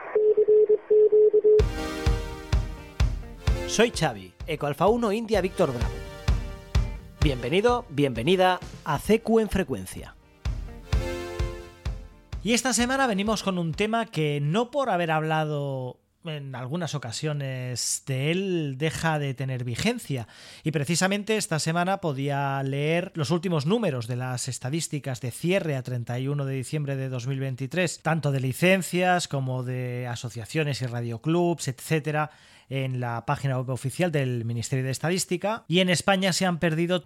Soy Xavi, Eco Alfa 1 India Víctor Bravo. Bienvenido, bienvenida a CQ en Frecuencia. Y esta semana venimos con un tema que no por haber hablado en algunas ocasiones de él deja de tener vigencia, y precisamente esta semana podía leer los últimos números de las estadísticas de cierre a 31 de diciembre de 2023, tanto de licencias como de asociaciones y radioclubs, etcétera, en la página web oficial del Ministerio de Estadística, y en España se han perdido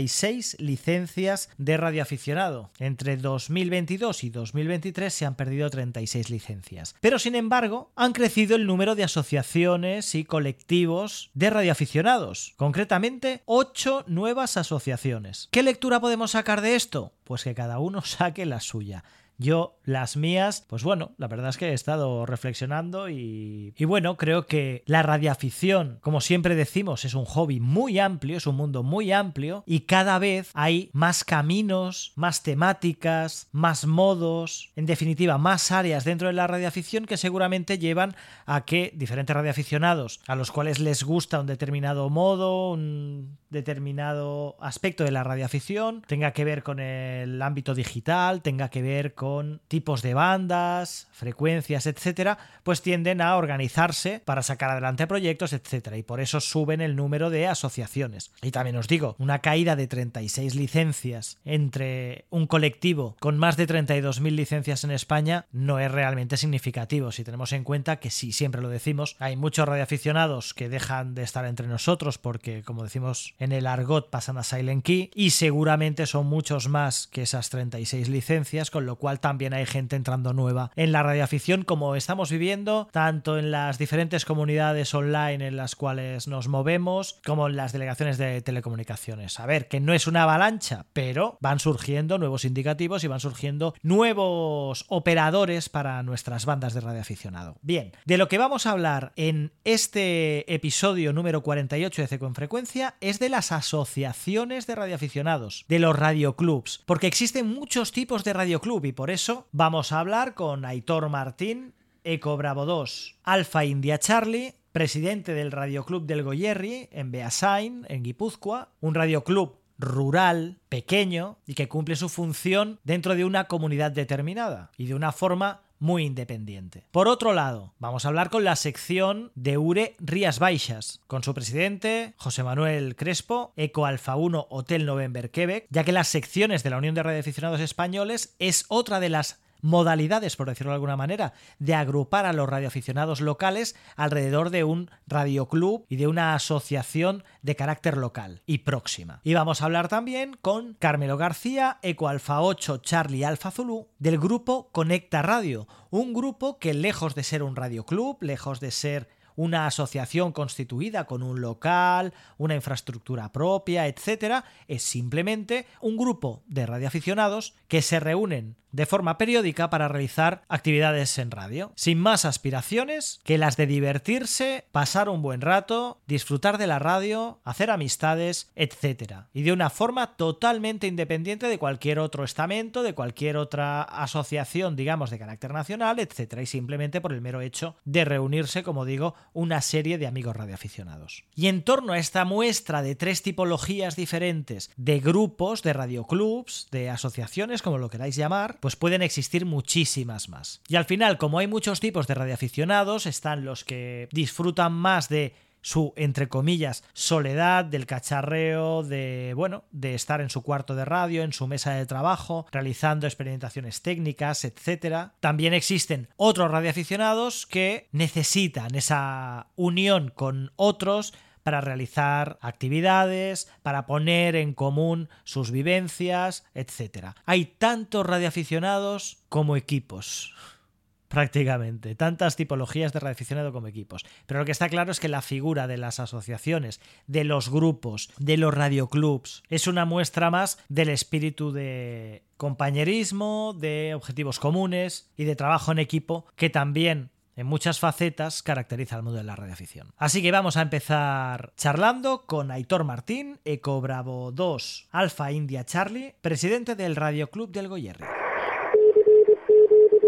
36 licencias de radioaficionado. Entre 2022 y 2023 se han perdido 36 licencias. Pero sin embargo, han crecido el número de asociaciones y colectivos de radioaficionados. Concretamente, 8 nuevas asociaciones. ¿Qué lectura podemos sacar de esto? Pues que cada uno saque la suya. Yo, las mías, pues bueno, la verdad es que he estado reflexionando y bueno, creo que la radioafición, como siempre decimos, es un hobby muy amplio, es un mundo muy amplio, y cada vez hay más caminos, más temáticas, más modos, en definitiva, más áreas dentro de la radioafición que seguramente llevan a que diferentes radioaficionados a los cuales les gusta un determinado modo, un determinado aspecto de la radioafición, tenga que ver con el ámbito digital, tenga que ver con tipos de bandas, frecuencias, etcétera, pues tienden a organizarse para sacar adelante proyectos, etcétera, y por eso suben el número de asociaciones. Y también os digo, una caída de 36 licencias entre un colectivo con más de 32.000 licencias en España no es realmente significativo, si tenemos en cuenta que sí, siempre lo decimos, hay muchos radioaficionados que dejan de estar entre nosotros porque, como decimos en el argot, pasan a Silent Key, y seguramente son muchos más que esas 36 licencias, con lo cual también hay gente entrando nueva en la radioafición, como estamos viviendo tanto en las diferentes comunidades online en las cuales nos movemos como en las delegaciones de telecomunicaciones. A ver, que no es una avalancha, pero van surgiendo nuevos indicativos y van surgiendo nuevos operadores para nuestras bandas de radioaficionado. Bien, de lo que vamos a hablar en este episodio número 48 de CQ en Frecuencia es de las asociaciones de radioaficionados, de los radioclubs, porque existen muchos tipos de radioclub y por eso vamos a hablar con Aitor Martín, Eco Bravo 2 Alfa India Charlie, presidente del radioclub del Goierri en Beasain, en Guipúzcoa, un radioclub rural, pequeño y que cumple su función dentro de una comunidad determinada y de una forma muy independiente. Por otro lado, vamos a hablar con la sección de URE Rías Baixas, con su presidente, José Manuel Crespo, Eco Alfa 1 Hotel November Quebec, ya que las secciones de la Unión de Radioaficionados Españoles es otra de las modalidades, por decirlo de alguna manera, de agrupar a los radioaficionados locales alrededor de un radioclub y de una asociación de carácter local y próxima. Y vamos a hablar también con Carmelo García, Eco Alfa 8 Charlie Alfa Zulu, del grupo Conecta Radio, un grupo que, lejos de ser un radioclub, lejos de ser una asociación constituida con un local, una infraestructura propia, etcétera, es simplemente un grupo de radioaficionados que se reúnen de forma periódica para realizar actividades en radio, sin más aspiraciones que las de divertirse, pasar un buen rato, disfrutar de la radio, hacer amistades, etcétera, y de una forma totalmente independiente de cualquier otro estamento, de cualquier otra asociación, digamos, de carácter nacional, etcétera, y simplemente por el mero hecho de reunirse, como digo, una serie de amigos radioaficionados. Y en torno a esta muestra de 3 tipologías diferentes de grupos, de radioclubs, de asociaciones, como lo queráis llamar, pues pueden existir muchísimas más. Y al final, como hay muchos tipos de radioaficionados, están los que disfrutan más de su, entre comillas, soledad, del cacharreo, de estar en su cuarto de radio, en su mesa de trabajo, realizando experimentaciones técnicas, etc. También existen otros radioaficionados que necesitan esa unión con otros para realizar actividades, para poner en común sus vivencias, etc. Hay tantos radioaficionados como equipos. Prácticamente, tantas tipologías de radioaficionado como equipos. Pero lo que está claro es que la figura de las asociaciones, de los grupos, de los radioclubs, es una muestra más del espíritu de compañerismo, de objetivos comunes y de trabajo en equipo que también en muchas facetas caracteriza al mundo de la radioafición. Así que vamos a empezar charlando con Aitor Martín, Eco Bravo 2 Alfa India Charlie, presidente del Radioclub del Goierri.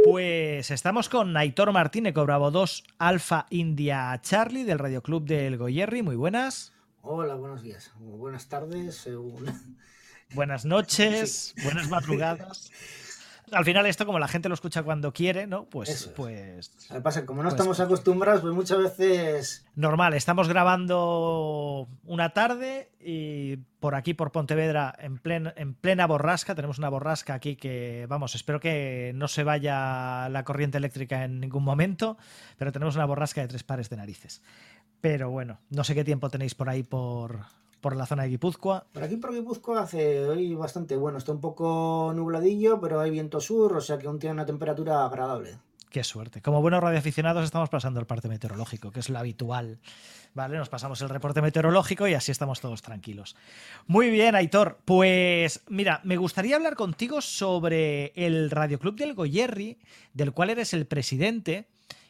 Pues estamos con Aitor Martínez, Bravo 2 Alfa India Charlie del Radioclub del Goierri. Muy buenas. Hola, buenos días. O buenas tardes, según... Buenas Sí. noches, buenas madrugadas. Al final esto, como la gente lo escucha cuando quiere, ¿no? Eso es. Pues Lo que pasa es que como no estamos acostumbrados, pues muchas veces... normal, estamos grabando una tarde y por aquí, por Pontevedra, en plena borrasca. Tenemos una borrasca aquí que, vamos, espero que no se vaya la corriente eléctrica en ningún momento, pero tenemos una borrasca de 3 pares de narices. Pero bueno, no sé qué tiempo tenéis por ahí por la zona de Guipúzcoa. Por aquí por Guipúzcoa hace hoy bastante bueno. Está un poco nubladillo, pero hay viento sur, o sea que aún tiene una temperatura agradable. Qué suerte. Como buenos radioaficionados estamos pasando el parte meteorológico, que es lo habitual. ¿Vale? Nos pasamos el reporte meteorológico y así estamos todos tranquilos. Muy bien, Aitor. Pues mira, me gustaría hablar contigo sobre el Radioclub del Goierri, del cual eres el presidente,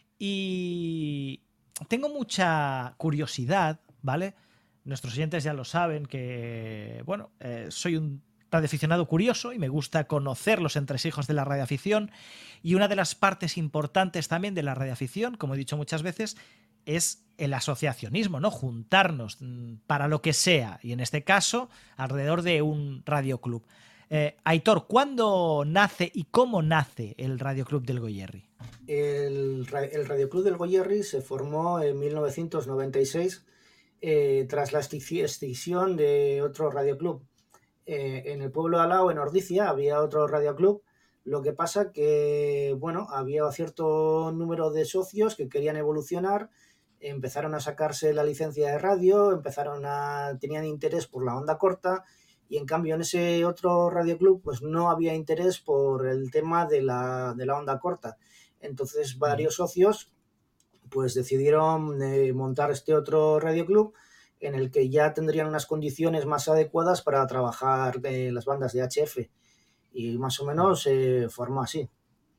y tengo mucha curiosidad, ¿vale? Nuestros oyentes ya lo saben que, bueno, soy un radioaficionado curioso y me gusta conocer los entresijos de la radioafición, y una de las partes importantes también de la radioafición, como he dicho muchas veces, es el asociacionismo, ¿no? Juntarnos para lo que sea, y en este caso alrededor de un radioclub. Aitor, ¿cuándo nace y cómo nace el Radioclub del Goierri? El Radioclub del Goierri se formó en 1996 tras la extinción de otro radioclub. En el pueblo de Alao, en Ordicia, había otro radioclub. Lo que pasa que, bueno, había cierto número de socios que querían evolucionar, empezaron a sacarse la licencia de radio, tenían interés por la onda corta, y en cambio en ese otro radioclub pues no había interés por el tema de la onda corta. Entonces varios socios pues decidieron montar este otro radioclub en el que ya tendrían unas condiciones más adecuadas para trabajar las bandas de HF, y más o menos se formó así.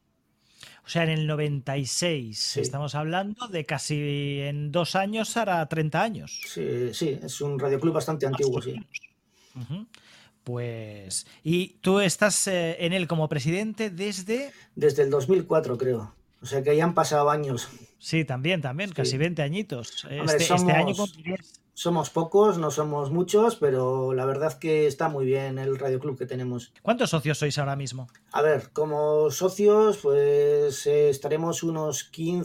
O sea, en el 96 Sí, estamos hablando de casi en 2 años hará 30 años. sí, sí, es un radioclub bastante Más antiguo, o sí. menos. Ujú. Pues, y tú estás en él como presidente desde... Desde el 2004, creo. O sea que ya han pasado años. Sí, también, casi Sí. 20 añitos. Hombre, Este año cumplirías... somos pocos, no somos muchos, pero la verdad que está muy bien el radioclub que tenemos. ¿Cuántos socios sois ahora mismo? A ver, como socios, pues estaremos unos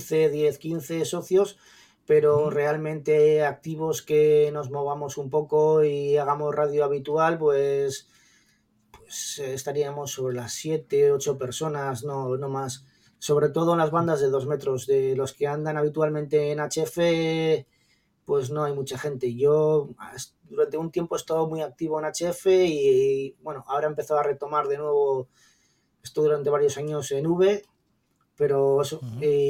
15 socios, pero realmente activos que nos movamos un poco y hagamos radio habitual, pues estaríamos sobre las 7, 8 personas, no más. Sobre todo en las bandas de 2 metros, de los que andan habitualmente en HF, pues no hay mucha gente. Yo durante un tiempo he estado muy activo en HF y bueno, ahora he empezado a retomar de nuevo. Estuve durante varios años en V, pero eso,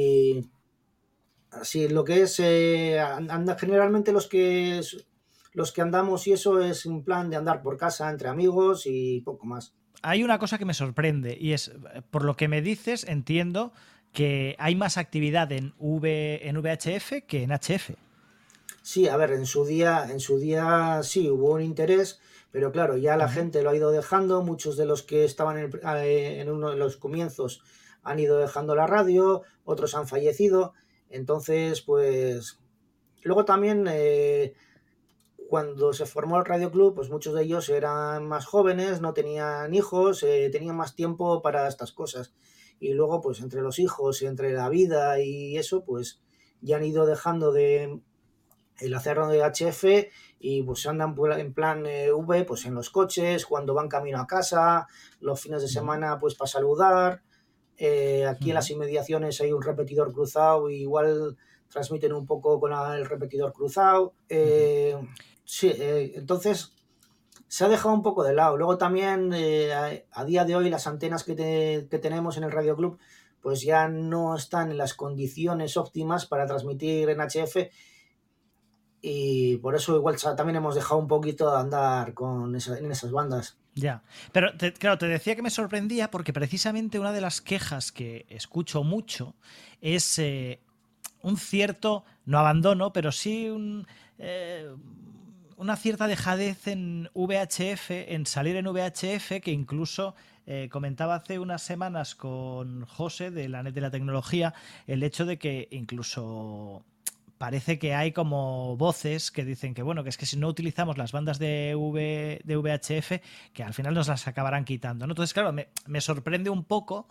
así lo que es, generalmente los que andamos y eso es un plan de andar por casa entre amigos y poco más. Hay una cosa que me sorprende y es, por lo que me dices, entiendo que hay más actividad en VHF que en HF. Sí, a ver, en su día sí hubo un interés, pero claro, ya la gente lo ha ido dejando. Muchos de los que estaban en uno de los comienzos han ido dejando la radio, otros han fallecido. Entonces, pues luego también cuando se formó el Radio Club, pues muchos de ellos eran más jóvenes, no tenían hijos, tenían más tiempo para estas cosas. Y luego, pues entre los hijos, entre la vida y eso, pues ya han ido dejando de el hacerlo de HF, y pues andan en plan V, pues en los coches, cuando van camino a casa, los fines de semana pues para saludar. Aquí en las inmediaciones hay un repetidor cruzado y igual transmiten un poco con el repetidor cruzado. Sí, entonces se ha dejado un poco de lado. Luego también a día de hoy las antenas que tenemos en el Radio Club pues ya no están en las condiciones óptimas para transmitir en HF, y por eso igual también hemos dejado un poquito de andar en esas bandas. Ya, pero claro, te decía que me sorprendía porque precisamente una de las quejas que escucho mucho es un cierto, no abandono, pero sí una cierta dejadez en VHF, en salir en VHF, que incluso comentaba hace unas semanas con José de la Net de la Tecnología el hecho de que incluso parece que hay como voces que dicen que bueno, que es que si no utilizamos las bandas de VHF, que al final nos las acabarán quitando, ¿no? Entonces, claro, me sorprende un poco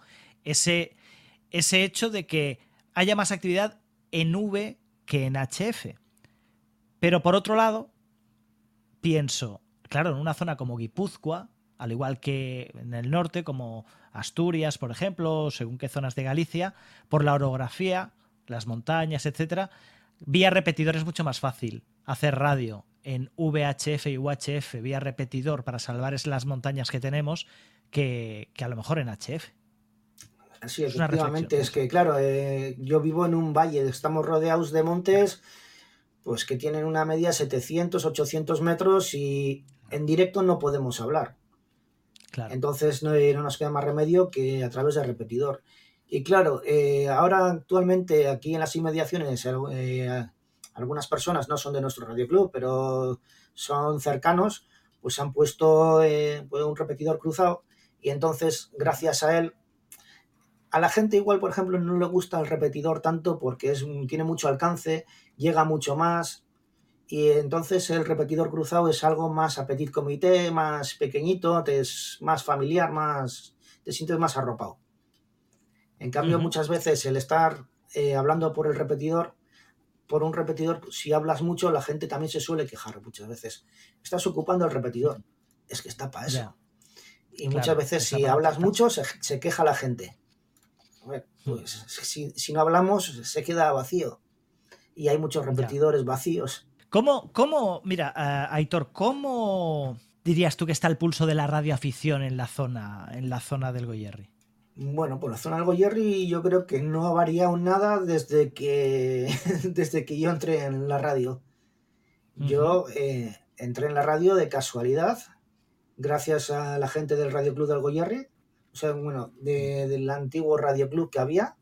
ese hecho de que haya más actividad en V que en HF. Pero por otro lado, pienso, claro, en una zona como Guipúzcoa, al igual que en el norte, como Asturias, por ejemplo, según qué zonas de Galicia, por la orografía, las montañas, etcétera, vía repetidor es mucho más fácil hacer radio en VHF y UHF vía repetidor para salvar las montañas que tenemos que a lo mejor en HF. Sí, Es una reflexión. efectivamente, es que claro, yo vivo en un valle, estamos rodeados de montes, pues que tienen una media 700, 800 metros y en directo no podemos hablar. Claro. Entonces no nos queda más remedio que a través del repetidor. Y claro, ahora actualmente aquí en las inmediaciones algunas personas no son de nuestro radioclub, pero son cercanos, pues han puesto un repetidor cruzado y entonces gracias a él a la gente igual, por ejemplo, no le gusta el repetidor tanto porque tiene mucho alcance, llega mucho más y entonces el repetidor cruzado es algo más a petit comité, más pequeñito, es más familiar, te sientes más arropado. En cambio, muchas veces el estar hablando por un repetidor, si hablas mucho, la gente también se suele quejar muchas veces. Estás ocupando el repetidor. Es que está para eso. Ya, Y muchas claro, veces está si para hablas ocultar. mucho, se queja la gente. A ver, pues si no hablamos, se queda vacío. Y hay muchos Ya. repetidores vacíos. Mira, Aitor, ¿cómo dirías tú que está el pulso de la radioafición en la zona del Goierri? Bueno, por la zona del Goierri yo creo que no ha variado nada desde que, desde que yo entré en la radio. Yo entré en la radio de casualidad, gracias a la gente del Radio Club del Goierri, o sea, bueno, del antiguo Radio Club que había,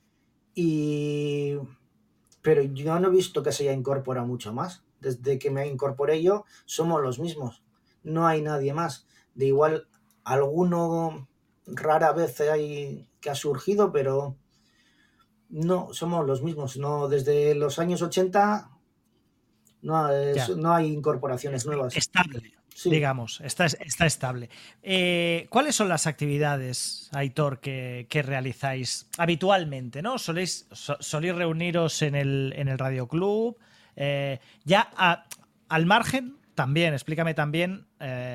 y pero yo no he visto que se haya incorporado mucho más. Desde que me incorporé yo, somos los mismos. No hay nadie más. De igual, alguno rara vez hay que ha surgido, pero no, somos los mismos. No, desde los años 80 Ya. no hay incorporaciones Está nuevas. estable, Sí, digamos, está estable. ¿Cuáles son las actividades, Aitor, que realizáis habitualmente? ¿No? ¿Soléis reuniros en el Radio Club? Al margen, también, explícame también,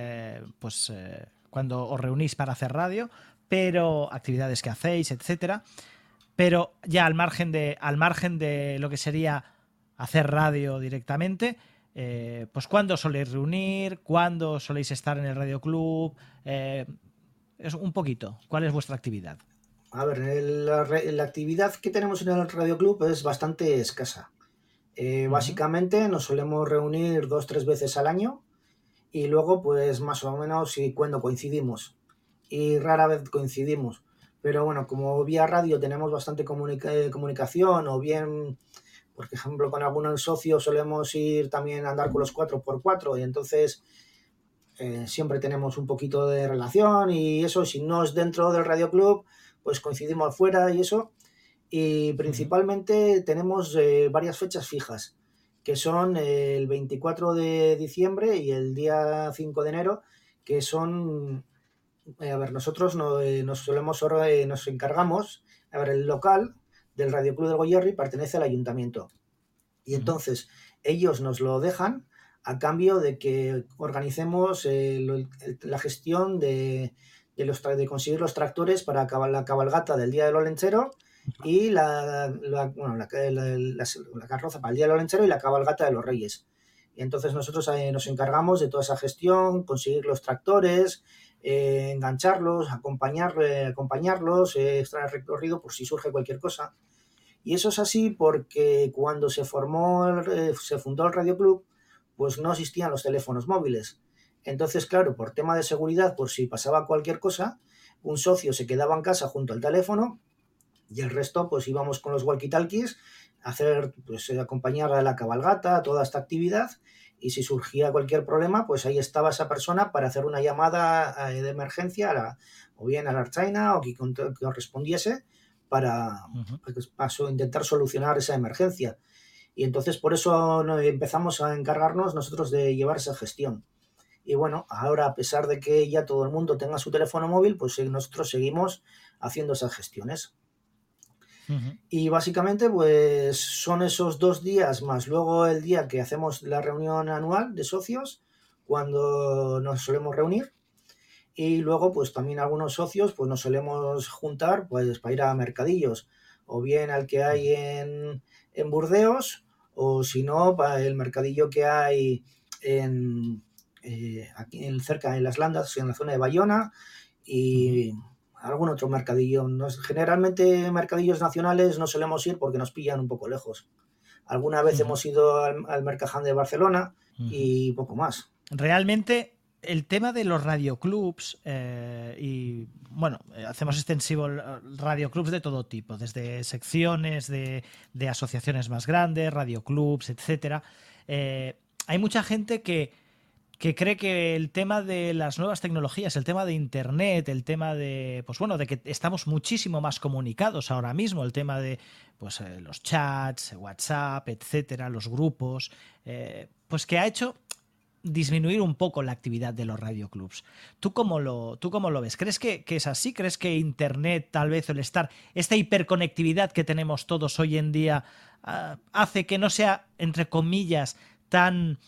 cuando os reunís para hacer radio, pero actividades que hacéis, etcétera. Pero ya al margen de lo que sería hacer radio directamente, pues ¿cuándo soléis reunir? ¿Cuándo soléis estar en el Radio Club? Es un poquito. ¿Cuál es vuestra actividad? a ver, la actividad que tenemos en el Radio Club es bastante escasa. Ujú. Básicamente nos solemos reunir 2, 3 veces al año y luego pues más o menos y cuando coincidimos y rara vez coincidimos, pero bueno, como vía radio tenemos bastante comunicación o bien, por ejemplo, con algunos socios solemos ir también a andar con los 4x4 y entonces siempre tenemos un poquito de relación y eso, si no es dentro del radio club, pues coincidimos fuera y eso, y Ujú. principalmente tenemos varias fechas fijas, que son el 24 de diciembre y el día 5 de enero, que son, a ver, nosotros nos encargamos, a ver, el local del Radio Club del Goierri pertenece al ayuntamiento. Y Ujú. entonces ellos nos lo dejan a cambio de que organicemos la gestión de conseguir los tractores para la cabalgata del Día del Olenchero y la carroza para el Día del Olenchero y la cabalgata de los Reyes. Y entonces nosotros nos encargamos de toda esa gestión, conseguir los tractores, engancharlos, acompañarlos, extraer el recorrido por si surge cualquier cosa. Y eso es así porque cuando se fundó el Radio Club, pues no existían los teléfonos móviles. Entonces, claro, por tema de seguridad, por si pasaba cualquier cosa, un socio se quedaba en casa junto al teléfono y el resto, pues íbamos con los walkie-talkies a hacer, pues acompañar a la cabalgata, a toda esta actividad y si surgía cualquier problema, pues ahí estaba esa persona para hacer una llamada de emergencia o bien a la Archaina o que correspondiese para, Ujú. para intentar solucionar esa emergencia. Y entonces por eso empezamos a encargarnos nosotros de llevar esa gestión. Y bueno, ahora a pesar de que ya todo el mundo tenga su teléfono móvil, pues nosotros seguimos haciendo esas gestiones. Ujú. Y básicamente pues son esos 2 días más luego el día que hacemos la reunión anual de socios, cuando nos solemos reunir. Y luego pues también algunos socios pues nos solemos juntar pues para ir a mercadillos, o bien al que hay en Burdeos, o si no, para el mercadillo que hay en, aquí cerca en las Landas, en la zona de Bayona, Ujú. y algún otro mercadillo. Generalmente mercadillos nacionales no solemos ir porque nos pillan un poco lejos. Alguna vez Ujú. hemos ido al Mercaján de Barcelona Ujú. y poco más. Realmente el tema de los radioclubs y bueno, hacemos extensivo radioclubs de todo tipo, desde secciones de asociaciones más grandes, radioclubs, etcétera. Hay mucha gente que cree que el tema de las nuevas tecnologías, el tema de internet, el tema de, pues bueno, de que estamos muchísimo más comunicados ahora mismo, el tema de, pues los chats, WhatsApp, etcétera, los grupos, pues que ha hecho disminuir un poco la actividad de los radioclubs. ¿Tú cómo lo ves? ¿Crees que es así? ¿Crees que internet, tal vez el estar, esta hiperconectividad que tenemos todos hoy en día, hace que no sea, entre comillas, tan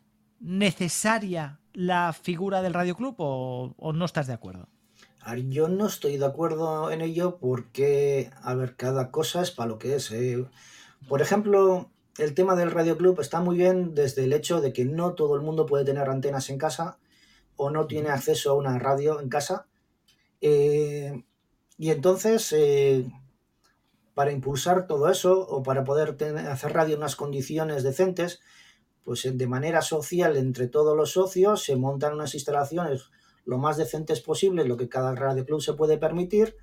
necesaria la figura del radioclub o no estás de acuerdo? A ver, yo no estoy de acuerdo en ello porque, a ver, cada cosa es para lo que es. Por ejemplo, el tema del Radio Club está muy bien desde el hecho de que no todo el mundo puede tener antenas en casa o no tiene Ujú. acceso a una radio en casa. Eh, y entonces, para impulsar todo eso o para poder hacer radio en unas condiciones decentes, pues de manera social entre todos los socios se montan unas instalaciones lo más decentes posible, lo que cada radio club se puede permitir,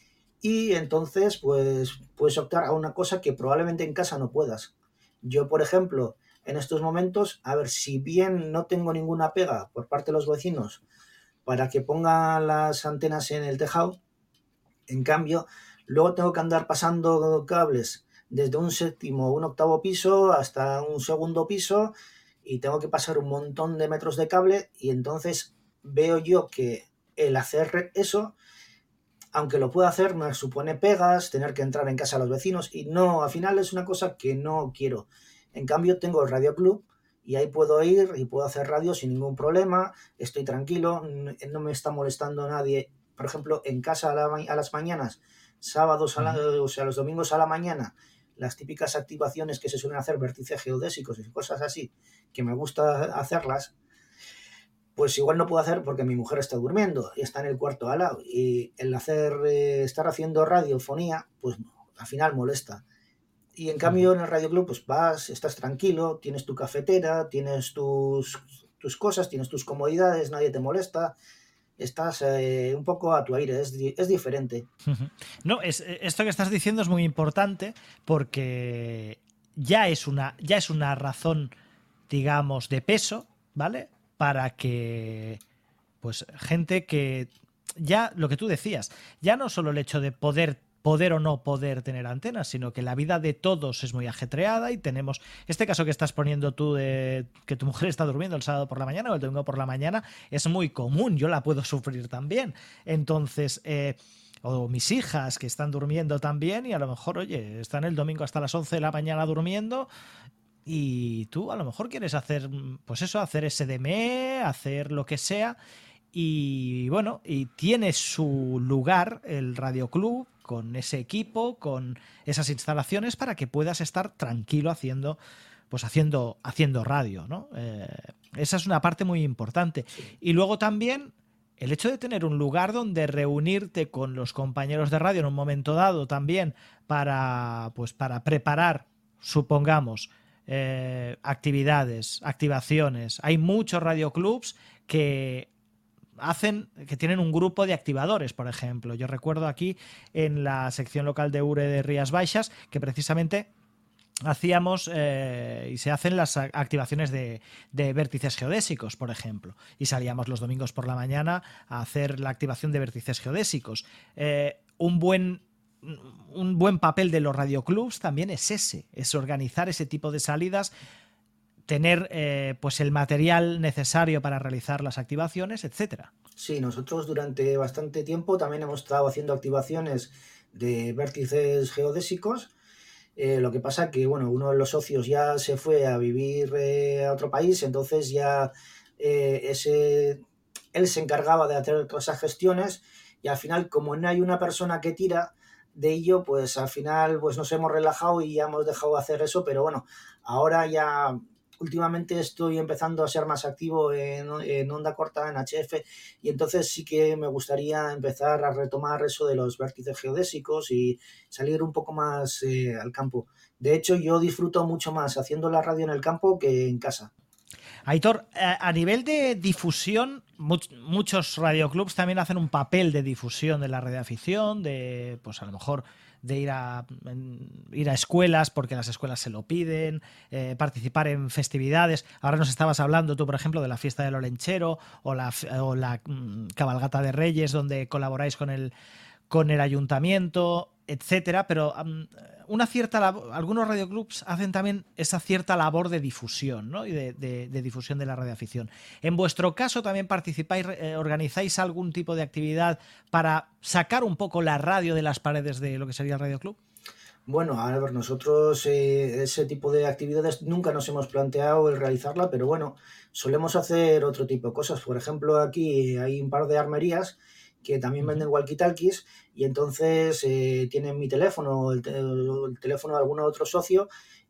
y entonces pues puedes optar a una cosa que probablemente en casa no puedas. Yo, por ejemplo, en estos momentos, a ver, si bien no tengo ninguna pega por parte de los vecinos para que pongan las antenas en el tejado, en cambio, luego tengo que andar pasando cables desde un séptimo o un octavo piso hasta un segundo piso, y tengo que pasar un montón de metros de cable, y entonces veo yo que el hacer eso, aunque lo puedo hacer, me supone pegas, tener que entrar en casa a los vecinos, y no, al final es una cosa que no quiero. En cambio, tengo el Radio Club y ahí puedo ir y puedo hacer radio sin ningún problema, estoy tranquilo, no me está molestando nadie. Por ejemplo, en casa a las mañanas, sábados, Ujú. o sea, los domingos a la mañana, las típicas activaciones que se suelen hacer, vértices geodésicos y cosas así, que me gusta hacerlas, pues igual no puedo hacer porque mi mujer está durmiendo y está en el cuarto al lado. Y el estar haciendo radiofonía, pues al final molesta. Y en Ujú. cambio en el Radio Club, pues vas, estás tranquilo, tienes tu cafetera, tienes tus cosas, tienes tus comodidades, nadie te molesta, estás un poco a tu aire, es diferente. Ujú. No, esto que estás diciendo es muy importante porque ya es una razón, digamos, de peso, ¿vale? Para que, pues, gente que ya lo que tú decías, ya no solo el hecho de poder o no poder tener antenas, sino que la vida de todos es muy ajetreada y tenemos este caso que estás poniendo tú de que tu mujer está durmiendo el sábado por la mañana o el domingo por la mañana, es muy común, yo la puedo sufrir también. Entonces, o mis hijas que están durmiendo también y a lo mejor, oye, están el domingo hasta las 11 de la mañana durmiendo y tú a lo mejor quieres hacer, pues eso, hacer SDME, hacer lo que sea. Y bueno, y tiene su lugar el radioclub con ese equipo, con esas instalaciones para que puedas estar tranquilo haciendo, pues haciendo radio, ¿no? Esa es una parte muy importante. Sí. Y luego también el hecho de tener un lugar donde reunirte con los compañeros de radio en un momento dado también para preparar, supongamos, actividades, activaciones. Hay muchos radioclubs que tienen un grupo de activadores, por ejemplo. Yo recuerdo aquí en la sección local de URE de Rías Baixas que precisamente hacíamos y se hacen las activaciones de vértices geodésicos, por ejemplo, y salíamos los domingos por la mañana a hacer la activación de vértices geodésicos. Un buen papel de los radioclubs también es ese, es organizar ese tipo de salidas, tener pues el material necesario para realizar las activaciones, etcétera. Sí, nosotros durante bastante tiempo también hemos estado haciendo activaciones de vértices geodésicos. Lo que pasa que, bueno, uno de los socios ya se fue a vivir a otro país, entonces ya él se encargaba de hacer todas esas gestiones y al final, como no hay una persona que tira de ello, pues al final pues nos hemos relajado y ya hemos dejado de hacer eso, pero bueno, ahora ya últimamente estoy empezando a ser más activo en onda corta, en HF, y entonces sí que me gustaría empezar a retomar eso de los vértices geodésicos y salir un poco más al campo. De hecho, yo disfruto mucho más haciendo la radio en el campo que en casa. Aitor, a nivel de difusión, muchos radioclubs también hacen un papel de difusión de la radioafición, de, pues a lo mejor de ir a escuelas porque las escuelas se lo piden, participar en festividades. Ahora nos estabas hablando tú, por ejemplo, de la fiesta del Olenchero o la cabalgata de Reyes, donde colaboráis con el ayuntamiento, etcétera, pero algunos radioclubs hacen también esa cierta labor de difusión, ¿no? Y de difusión de la radioafición. En vuestro caso también participáis, organizáis algún tipo de actividad para sacar un poco la radio de las paredes de lo que sería el radioclub. Bueno, a ver, nosotros ese tipo de actividades nunca nos hemos planteado el realizarla, pero bueno, solemos hacer otro tipo de cosas. Por ejemplo, aquí hay un par de armerías que también venden walkie-talkies y entonces tienen mi teléfono, el teléfono de algún otro socio,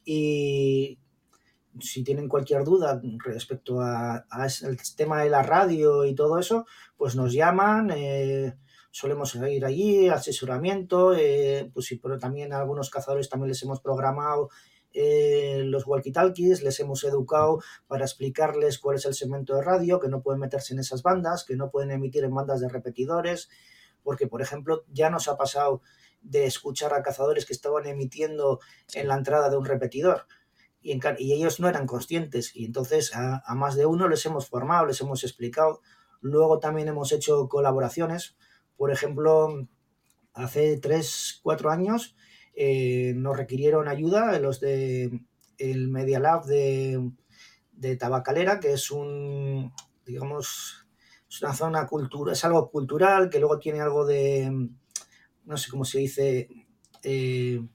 y si tienen cualquier duda respecto a el tema de la radio y todo eso, pues nos llaman. Solemos ir allí, asesoramiento, pues sí, pero también a algunos cazadores también les hemos programado los walkie-talkies, les hemos educado para explicarles cuál es el segmento de radio, que no pueden meterse en esas bandas, que no pueden emitir en bandas de repetidores, porque, por ejemplo, ya nos ha pasado de escuchar a cazadores que estaban emitiendo en la entrada de un repetidor y ellos no eran conscientes, y entonces a más de uno les hemos formado, les hemos explicado. Luego también hemos hecho colaboraciones. Por ejemplo, hace 3 4 años nos requirieron ayuda los de el Media Lab de Tabacalera, que es digamos, es una zona cultural, es algo cultural, que luego tiene algo de, no sé cómo se dice, eh,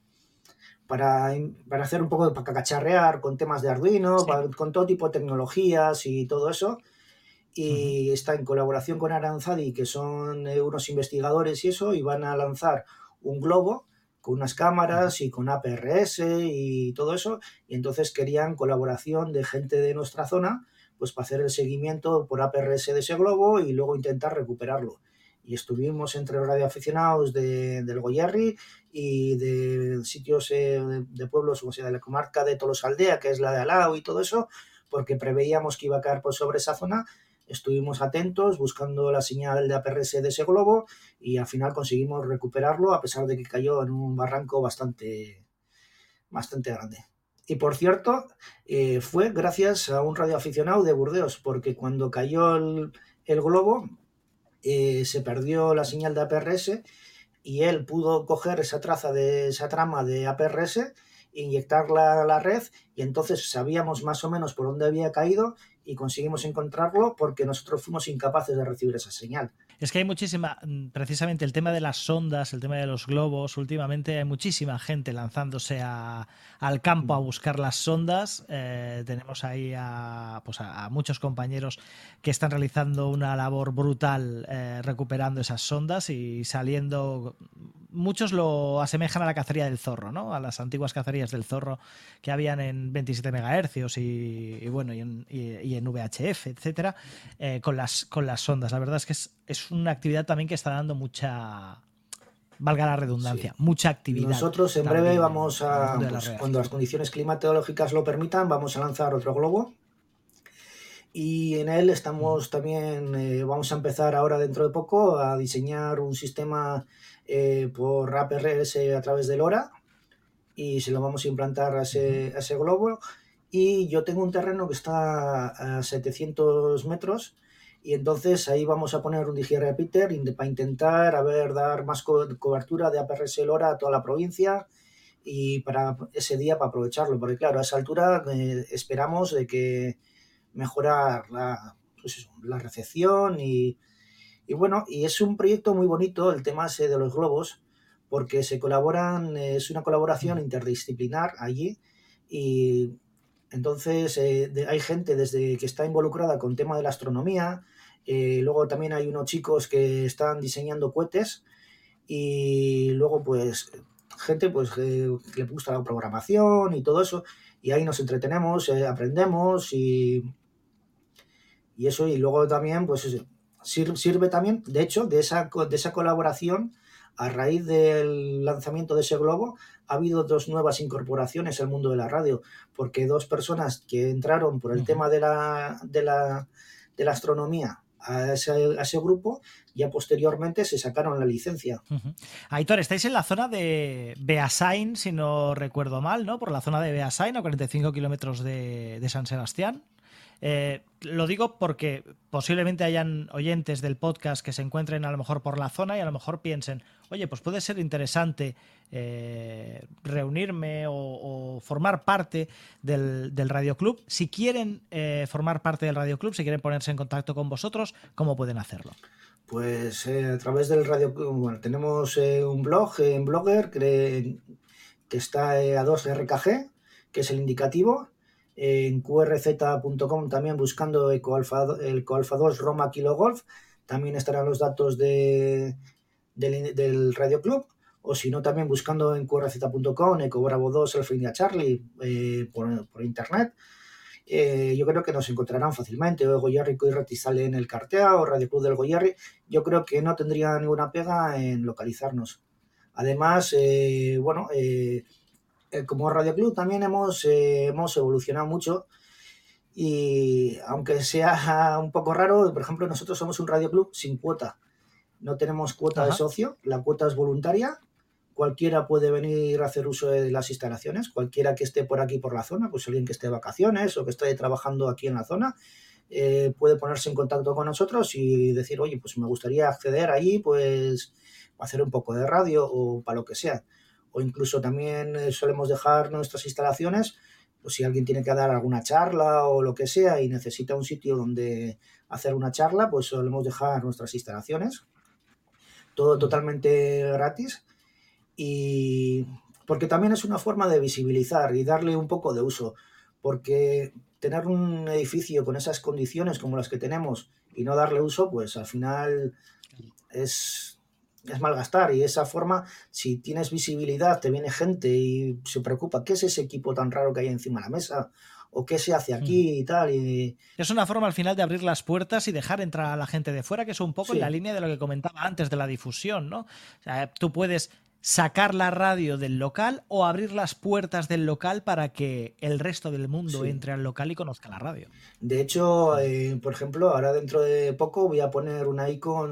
para hacer un poco de para cacharrear con temas de Arduino, Sí. con todo tipo de tecnologías y todo eso. Uh-huh. Y está en colaboración con Aranzadi, que son unos investigadores y eso, y van a lanzar un globo con unas cámaras y con APRS y todo eso, y entonces querían colaboración de gente de nuestra zona, pues para hacer el seguimiento por APRS de ese globo y luego intentar recuperarlo. Y estuvimos entre radioaficionados del Goierri y de sitios de pueblos, o sea, de la comarca de Tolosaldea, que es la de Alao y todo eso, porque preveíamos que iba a caer por sobre esa zona. Estuvimos atentos buscando la señal de APRS de ese globo y al final conseguimos recuperarlo a pesar de que cayó en un barranco bastante grande. Y por cierto, fue gracias a un radioaficionado de Burdeos, porque cuando cayó el globo se perdió la señal de APRS y él pudo coger esa trama de APRS, inyectarla a la red, y entonces sabíamos más o menos por dónde había caído y conseguimos encontrarlo porque nosotros fuimos incapaces de recibir esa señal. Es que hay precisamente el tema de las sondas, el tema de los globos, últimamente hay muchísima gente lanzándose al campo a buscar las sondas. Tenemos ahí pues a muchos compañeros que están realizando una labor brutal recuperando esas sondas y saliendo. Muchos lo asemejan a la cacería del zorro, ¿no? A las antiguas cacerías del zorro que habían en 27 MHz y bueno, y en VHF, etcétera, con las sondas. La verdad es que es una actividad también que está dando mucha, valga la redundancia, Sí. mucha actividad. Nosotros en breve vamos en el mundo de la pues, cuando las radioafición. condiciones climatológicas lo permitan, vamos a lanzar otro globo. Y en él estamos también, vamos a empezar ahora dentro de poco a diseñar un sistema por APRS a través de LoRa, y se lo vamos a implantar a ese globo. Y yo tengo un terreno que está a 700 metros y entonces ahí vamos a poner un Digi Repeater para intentar dar más cobertura de APRS LoRa a toda la provincia y para ese día para aprovecharlo, porque claro, a esa altura esperamos de que mejorar la recepción y bueno, y es un proyecto muy bonito el tema ese de los globos, porque se colaboran, es una colaboración interdisciplinar allí y entonces hay gente desde que está involucrada con tema de la astronomía, luego también hay unos chicos que están diseñando cohetes y luego pues gente pues que le gusta la programación y todo eso y ahí nos entretenemos, aprendemos y eso y luego también pues sirve también, de hecho, de esa colaboración, a raíz del lanzamiento de ese globo, ha habido 2 nuevas incorporaciones al mundo de la radio, porque 2 personas que entraron por el tema de la astronomía a ese grupo, ya posteriormente se sacaron la licencia. Aitor, estáis en la zona de Beasain, si no recuerdo mal, ¿no? Por la zona de Beasain, a 45 kilómetros de San Sebastián. Lo digo porque posiblemente hayan oyentes del podcast que se encuentren a lo mejor por la zona y a lo mejor piensen, oye, pues puede ser interesante reunirme o formar parte del Radio Club. Si quieren formar parte del Radio Club, si quieren ponerse en contacto con vosotros, ¿cómo pueden hacerlo? Pues a través del Radio Club, bueno, tenemos un blog en Blogger que está a 2RKG, que es el indicativo. En qrz.com también buscando el Coalfa 2 Roma Kilo Golf también estarán los datos del Radio Club, o si no también buscando en qrz.com Eco Bravo 2 Alfa India Charlie por internet. Yo creo que nos encontrarán fácilmente, o Goyerri Coirrati sale en el Cartea o Radio Club del Goyerri. Yo creo que no tendría ninguna pega en localizarnos. Además, como Radio Club también hemos evolucionado mucho y aunque sea un poco raro, por ejemplo, nosotros somos un Radio Club sin cuota. No tenemos cuota de socio, la cuota es voluntaria. Cualquiera puede venir a hacer uso de las instalaciones, cualquiera que esté por aquí por la zona, pues alguien que esté de vacaciones o que esté trabajando aquí en la zona, puede ponerse en contacto con nosotros y decir, oye, pues me gustaría acceder allí, pues hacer un poco de radio o para lo que sea. O incluso también solemos dejar nuestras instalaciones, pues si alguien tiene que dar alguna charla o lo que sea y necesita un sitio donde hacer una charla, pues solemos dejar nuestras instalaciones. Todo totalmente gratis y porque también es una forma de visibilizar y darle un poco de uso, porque tener un edificio con esas condiciones como las que tenemos y no darle uso, pues al final es malgastar. Y esa forma, si tienes visibilidad, te viene gente y se preocupa, ¿qué es ese equipo tan raro que hay encima de la mesa? ¿O qué se hace aquí y tal? Y es una forma al final de abrir las puertas y dejar entrar a la gente de fuera, que es un poco en la línea de lo que comentaba antes de la difusión, ¿no? O sea, tú puedes sacar la radio del local o abrir las puertas del local para que el resto del mundo entre al local y conozca la radio. De hecho, por ejemplo, ahora dentro de poco voy a poner una Icon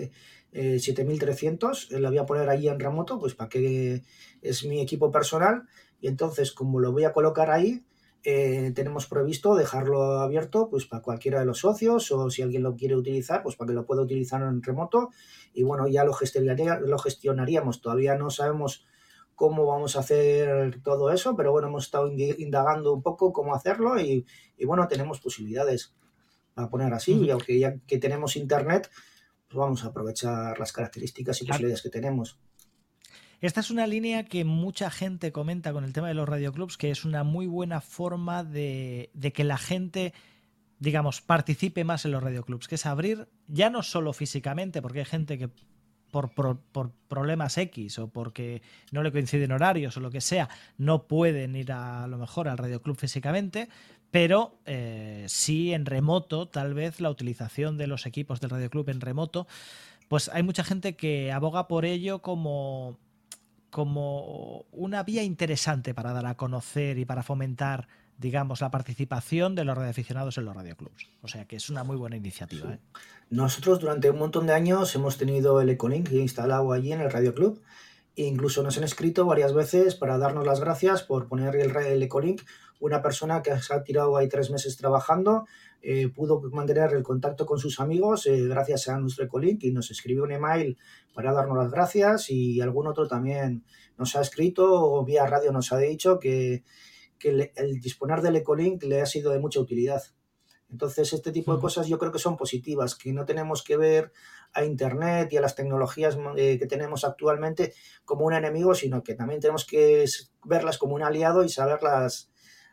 7300, la voy a poner allí en remoto, pues para que es mi equipo personal y entonces como lo voy a colocar ahí, tenemos previsto dejarlo abierto pues para cualquiera de los socios o si alguien lo quiere utilizar, pues para que lo pueda utilizar en remoto y bueno, ya lo gestionaríamos. Todavía no sabemos cómo vamos a hacer todo eso, pero bueno, hemos estado indagando un poco cómo hacerlo y bueno, tenemos posibilidades a poner así, y aunque ya que tenemos internet, pues vamos a aprovechar las características y posibilidades que tenemos. Esta es una línea que mucha gente comenta con el tema de los radioclubs, que es una muy buena forma de que la gente, digamos, participe más en los radioclubs, que es abrir, ya no solo físicamente, porque hay gente que por problemas X o porque no le coinciden horarios o lo que sea, no pueden ir a lo mejor al radioclub físicamente, pero sí en remoto, tal vez la utilización de los equipos del radioclub en remoto, pues hay mucha gente que aboga por ello como una vía interesante para dar a conocer y para fomentar, digamos, la participación de los radioaficionados en los radioclubs. O sea que es una muy buena iniciativa. Sí. Nosotros durante un montón de años hemos tenido el Ecolink instalado allí en el radioclub E incluso nos han escrito varias veces para darnos las gracias por poner el Ecolink. Una persona que se ha tirado ahí 3 meses trabajando, pudo mantener el contacto con sus amigos gracias a nuestro Ecolink y nos escribió un email para darnos las gracias, y algún otro también nos ha escrito o vía radio nos ha dicho que el disponer del Ecolink le ha sido de mucha utilidad. Entonces, este tipo de cosas yo creo que son positivas, que no tenemos que ver a Internet y a las tecnologías que tenemos actualmente como un enemigo, sino que también tenemos que verlas como un aliado y saberlas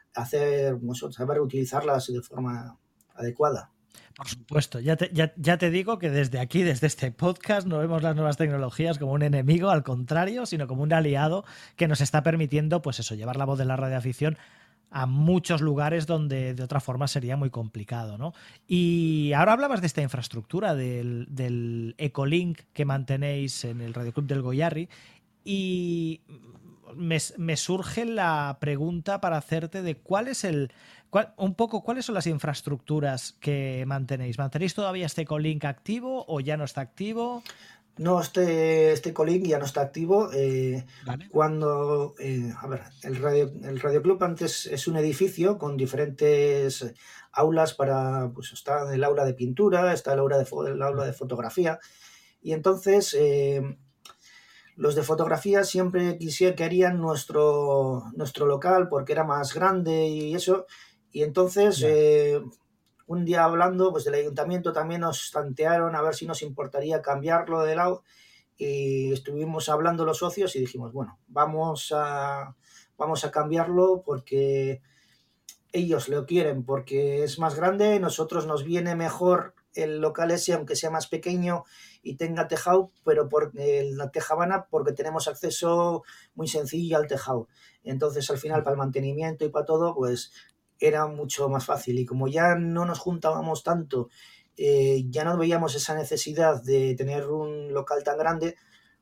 saber utilizarlas de forma adecuada. Por supuesto, ya te digo que desde aquí, desde este podcast, no vemos las nuevas tecnologías como un enemigo, al contrario, sino como un aliado que nos está permitiendo, pues eso, llevar la voz de la radioafición a muchos lugares donde de otra forma sería muy complicado, ¿no? Y ahora hablabas de esta infraestructura del Ecolink que mantenéis en el Radio Club del Goyarri, y me surge la pregunta para hacerte de cuáles son las infraestructuras que mantenéis. ¿Mantenéis todavía este Ecolink activo o ya no está activo? No, este Ecolink ya no está activo. Vale. A ver, el Radio Club antes es un edificio con diferentes aulas pues está el aula de pintura, está el aula de fotografía, y entonces los de fotografía siempre querían nuestro local porque era más grande y eso, y entonces un día hablando pues del ayuntamiento también nos tantearon a ver si nos importaría cambiarlo de lado, y estuvimos hablando los socios y dijimos, bueno, vamos a cambiarlo porque ellos lo quieren, porque es más grande, nosotros nos viene mejor el local ese, aunque sea más pequeño y tenga tejado, pero por la tejabana, porque tenemos acceso muy sencillo al tejado. Entonces, al final, para el mantenimiento y para todo, pues era mucho más fácil. Y como ya no nos juntábamos tanto, ya no veíamos esa necesidad de tener un local tan grande,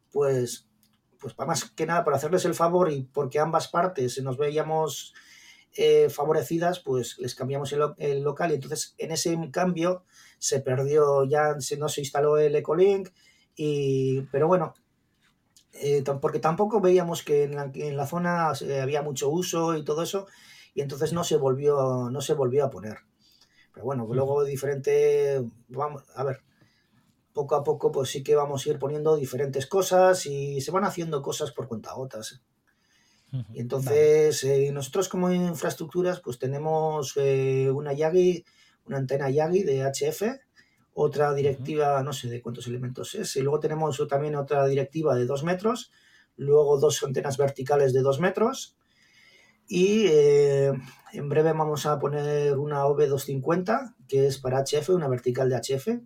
pues para más que nada, por hacerles el favor y porque ambas partes nos veíamos favorecidas, pues les cambiamos el local, y entonces en ese cambio se perdió, no se instaló el Ecolink, pero bueno, porque tampoco veíamos que en la zona había mucho uso y todo eso, y entonces no se volvió a poner. Pero bueno, luego vamos a ver, poco a poco pues sí que vamos a ir poniendo diferentes cosas y se van haciendo cosas por cuentagotas. Y entonces nosotros como infraestructuras pues tenemos una antena Yagi de HF, otra directiva, no sé de cuántos elementos es, y luego tenemos también otra directiva de 2 metros, luego 2 antenas verticales de 2 metros, y en breve vamos a poner una OV250 que es para HF, una vertical de HF,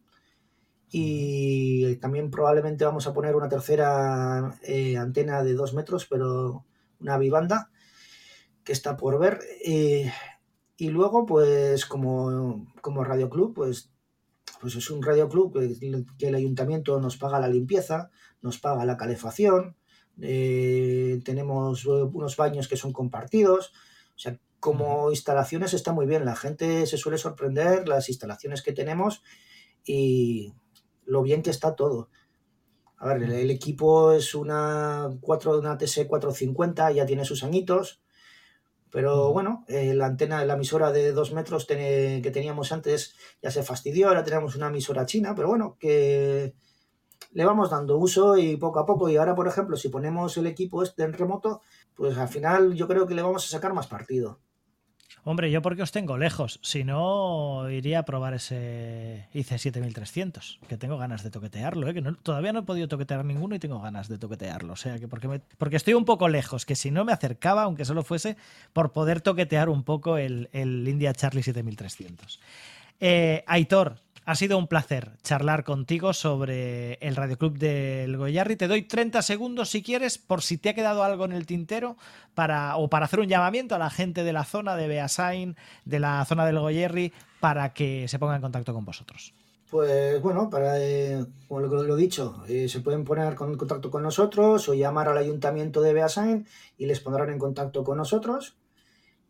y también probablemente vamos a poner una tercera antena de 2 metros, pero una bibanda, que está por ver. Y luego, pues como Radio Club, pues es un Radio Club que el ayuntamiento nos paga la limpieza, nos paga la calefacción, tenemos unos baños que son compartidos. O sea, como instalaciones está muy bien. La gente se suele sorprender las instalaciones que tenemos y lo bien que está todo. A ver, el equipo es una TS450, ya tiene sus añitos, pero bueno, la antena, la emisora de 2 metros que teníamos antes ya se fastidió, ahora tenemos una emisora china, pero bueno, que le vamos dando uso y poco a poco. Y ahora, por ejemplo, si ponemos el equipo este en remoto, pues al final yo creo que le vamos a sacar más partido. Hombre, yo porque os tengo lejos, si no iría a probar ese IC7300, que tengo ganas de toquetearlo, que todavía no he podido toquetear ninguno y tengo ganas de toquetearlo, o sea, que porque estoy un poco lejos, que si no me acercaba, aunque solo fuese por poder toquetear un poco el India Charlie 7300. Aitor, ha sido un placer charlar contigo sobre el Radio Club del Goyarri. Te doy 30 segundos si quieres, por si te ha quedado algo en el tintero, para hacer un llamamiento a la gente de la zona de Beasain, de la zona del Goyarri, para que se ponga en contacto con vosotros. Pues bueno, como lo he dicho, se pueden poner en contacto con nosotros o llamar al ayuntamiento de Beasain y les pondrán en contacto con nosotros.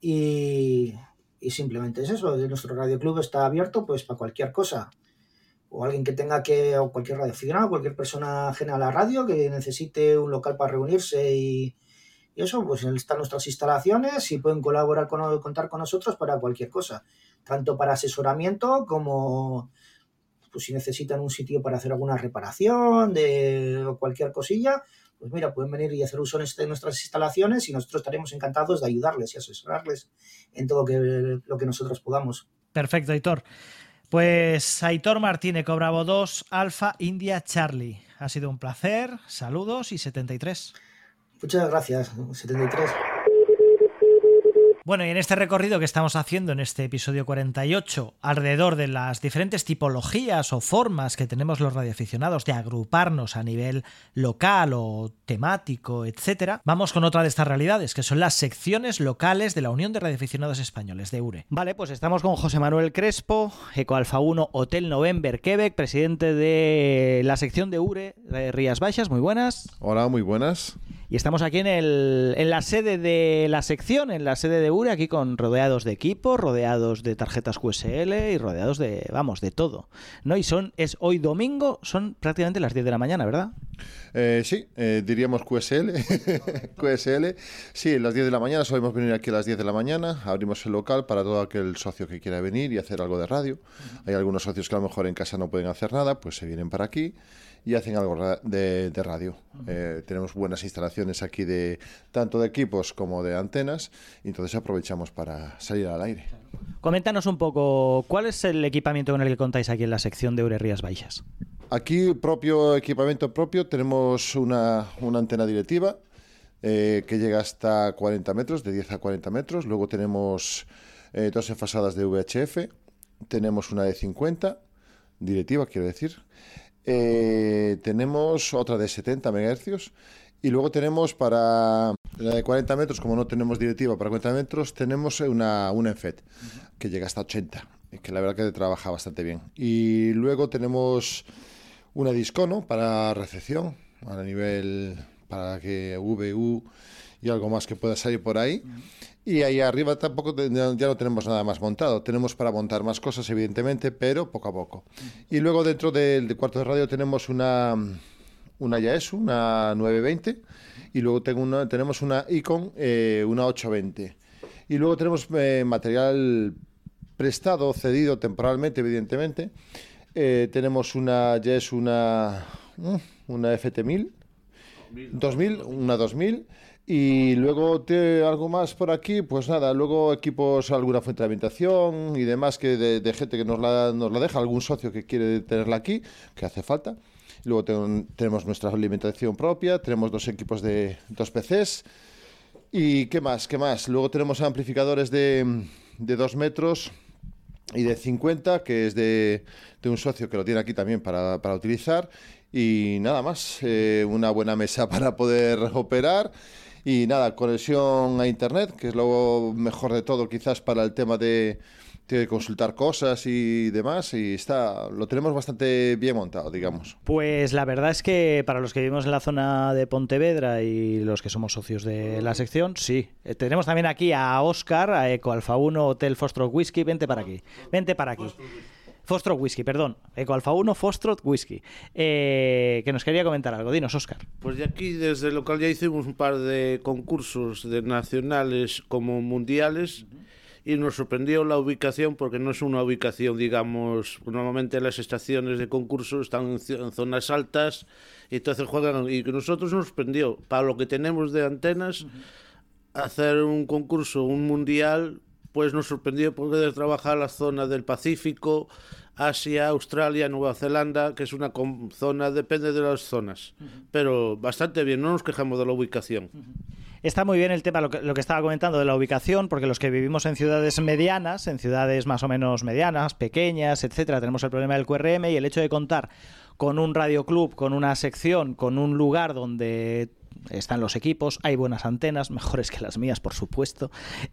Y simplemente es eso, nuestro Radio Club está abierto pues para cualquier cosa. o alguien que tenga que, o cualquier radioaficionado, cualquier persona ajena a la radio que necesite un local para reunirse y eso, pues están nuestras instalaciones y pueden contar con nosotros para cualquier cosa, tanto para asesoramiento como pues si necesitan un sitio para hacer alguna reparación o cualquier cosilla, pues mira, pueden venir y hacer uso de nuestras instalaciones y nosotros estaremos encantados de ayudarles y asesorarles en todo lo que nosotros podamos. Perfecto, Aitor. Pues Aitor Martínez, Bravo 2, Alfa India Charlie. Ha sido un placer, saludos y 73. Muchas gracias, 73. Bueno, y en este recorrido que estamos haciendo en este episodio 48, alrededor de las diferentes tipologías o formas que tenemos los radioaficionados de agruparnos a nivel local o temático, etcétera, vamos con otra de estas realidades, que son las secciones locales de la Unión de Radioaficionados Españoles, de URE. Vale, pues estamos con José Manuel Crespo, Eco Alfa 1 Hotel November Quebec, presidente de la sección de URE de Rías Baixas. Muy buenas. Hola, muy buenas. Y estamos aquí en la sede de la sección, en la sede de URE, aquí rodeados de equipos, rodeados de tarjetas QSL y rodeados de, vamos, de todo, ¿no? Y es hoy domingo, son prácticamente las 10 de la mañana, ¿verdad? Sí, diríamos QSL. QSL. Sí, las 10 de la mañana, solemos venir aquí a las 10 de la mañana, abrimos el local para todo aquel socio que quiera venir y hacer algo de radio. Hay algunos socios que a lo mejor en casa no pueden hacer nada, pues se vienen para aquí y hacen algo de radio. Tenemos buenas instalaciones aquí tanto de equipos como de antenas, y entonces aprovechamos para salir al aire. Coméntanos un poco, ¿cuál es el equipamiento con el que contáis aquí en la sección de URE Rías Baixas? Aquí, equipamiento propio, tenemos una antena directiva que llega hasta 40 metros, de 10 a 40 metros. Luego tenemos 2 enfasadas de VHF, tenemos una de 50, directiva quiero decir. Tenemos otra de 70 MHz y luego tenemos para la de 40 metros, como no tenemos directiva para 40 metros, tenemos una ENFET que llega hasta 80, que la verdad que trabaja bastante bien. Y luego tenemos una Discono para recepción a nivel para que VU y algo más que pueda salir por ahí. Y ahí arriba tampoco ya no tenemos nada más montado. Tenemos para montar más cosas, evidentemente, pero poco a poco. Y luego dentro del cuarto de radio tenemos una Yaesu, una 920, y luego tenemos una Icon, una 820. Y luego tenemos material prestado, cedido temporalmente, evidentemente. Tenemos una Yaesu, una FT1000, 2000, una 2000. Y luego algo más por aquí, pues nada, luego equipos, alguna fuente de alimentación y demás que de gente que nos la deja, algún socio que quiere tenerla aquí, que hace falta. Luego tenemos nuestra alimentación propia, tenemos 2 equipos de 2 PCs. ¿Y qué más? Luego tenemos amplificadores de 2 metros y de 50, que es de un socio que lo tiene aquí también para utilizar. Y nada más, una buena mesa para poder operar. Y nada, conexión a internet, que es lo mejor de todo quizás para el tema de consultar cosas y demás, y lo tenemos bastante bien montado, digamos. Pues la verdad es que para los que vivimos en la zona de Pontevedra y los que somos socios de la sección, sí. Tenemos también aquí a Óscar, a Eco Alfa 1 Hotel Foxtrot Whisky, vente para aquí. Foxtrot Whisky, perdón. Eco Alfa 1 Foxtrot Whisky. Que nos quería comentar algo. Dinos, Óscar. Pues de aquí, desde el local, ya hicimos un par de concursos de nacionales como mundiales y nos sorprendió la ubicación, porque no es una ubicación, digamos, normalmente las estaciones de concurso están en zonas altas y entonces juegan, y que nosotros nos sorprendió, para lo que tenemos de antenas, hacer un concurso, un mundial, pues nos sorprendió poder trabajar la zona del Pacífico, Asia, Australia, Nueva Zelanda, que es una zona, depende de las zonas, pero bastante bien, no nos quejamos de la ubicación. Está muy bien el tema, lo que estaba comentando de la ubicación, porque los que vivimos en ciudades medianas, en ciudades más o menos medianas, pequeñas, etcétera, tenemos el problema del QRM, y el hecho de contar con un radioclub, con una sección, con un lugar donde están los equipos, hay buenas antenas, mejores que las mías, por supuesto,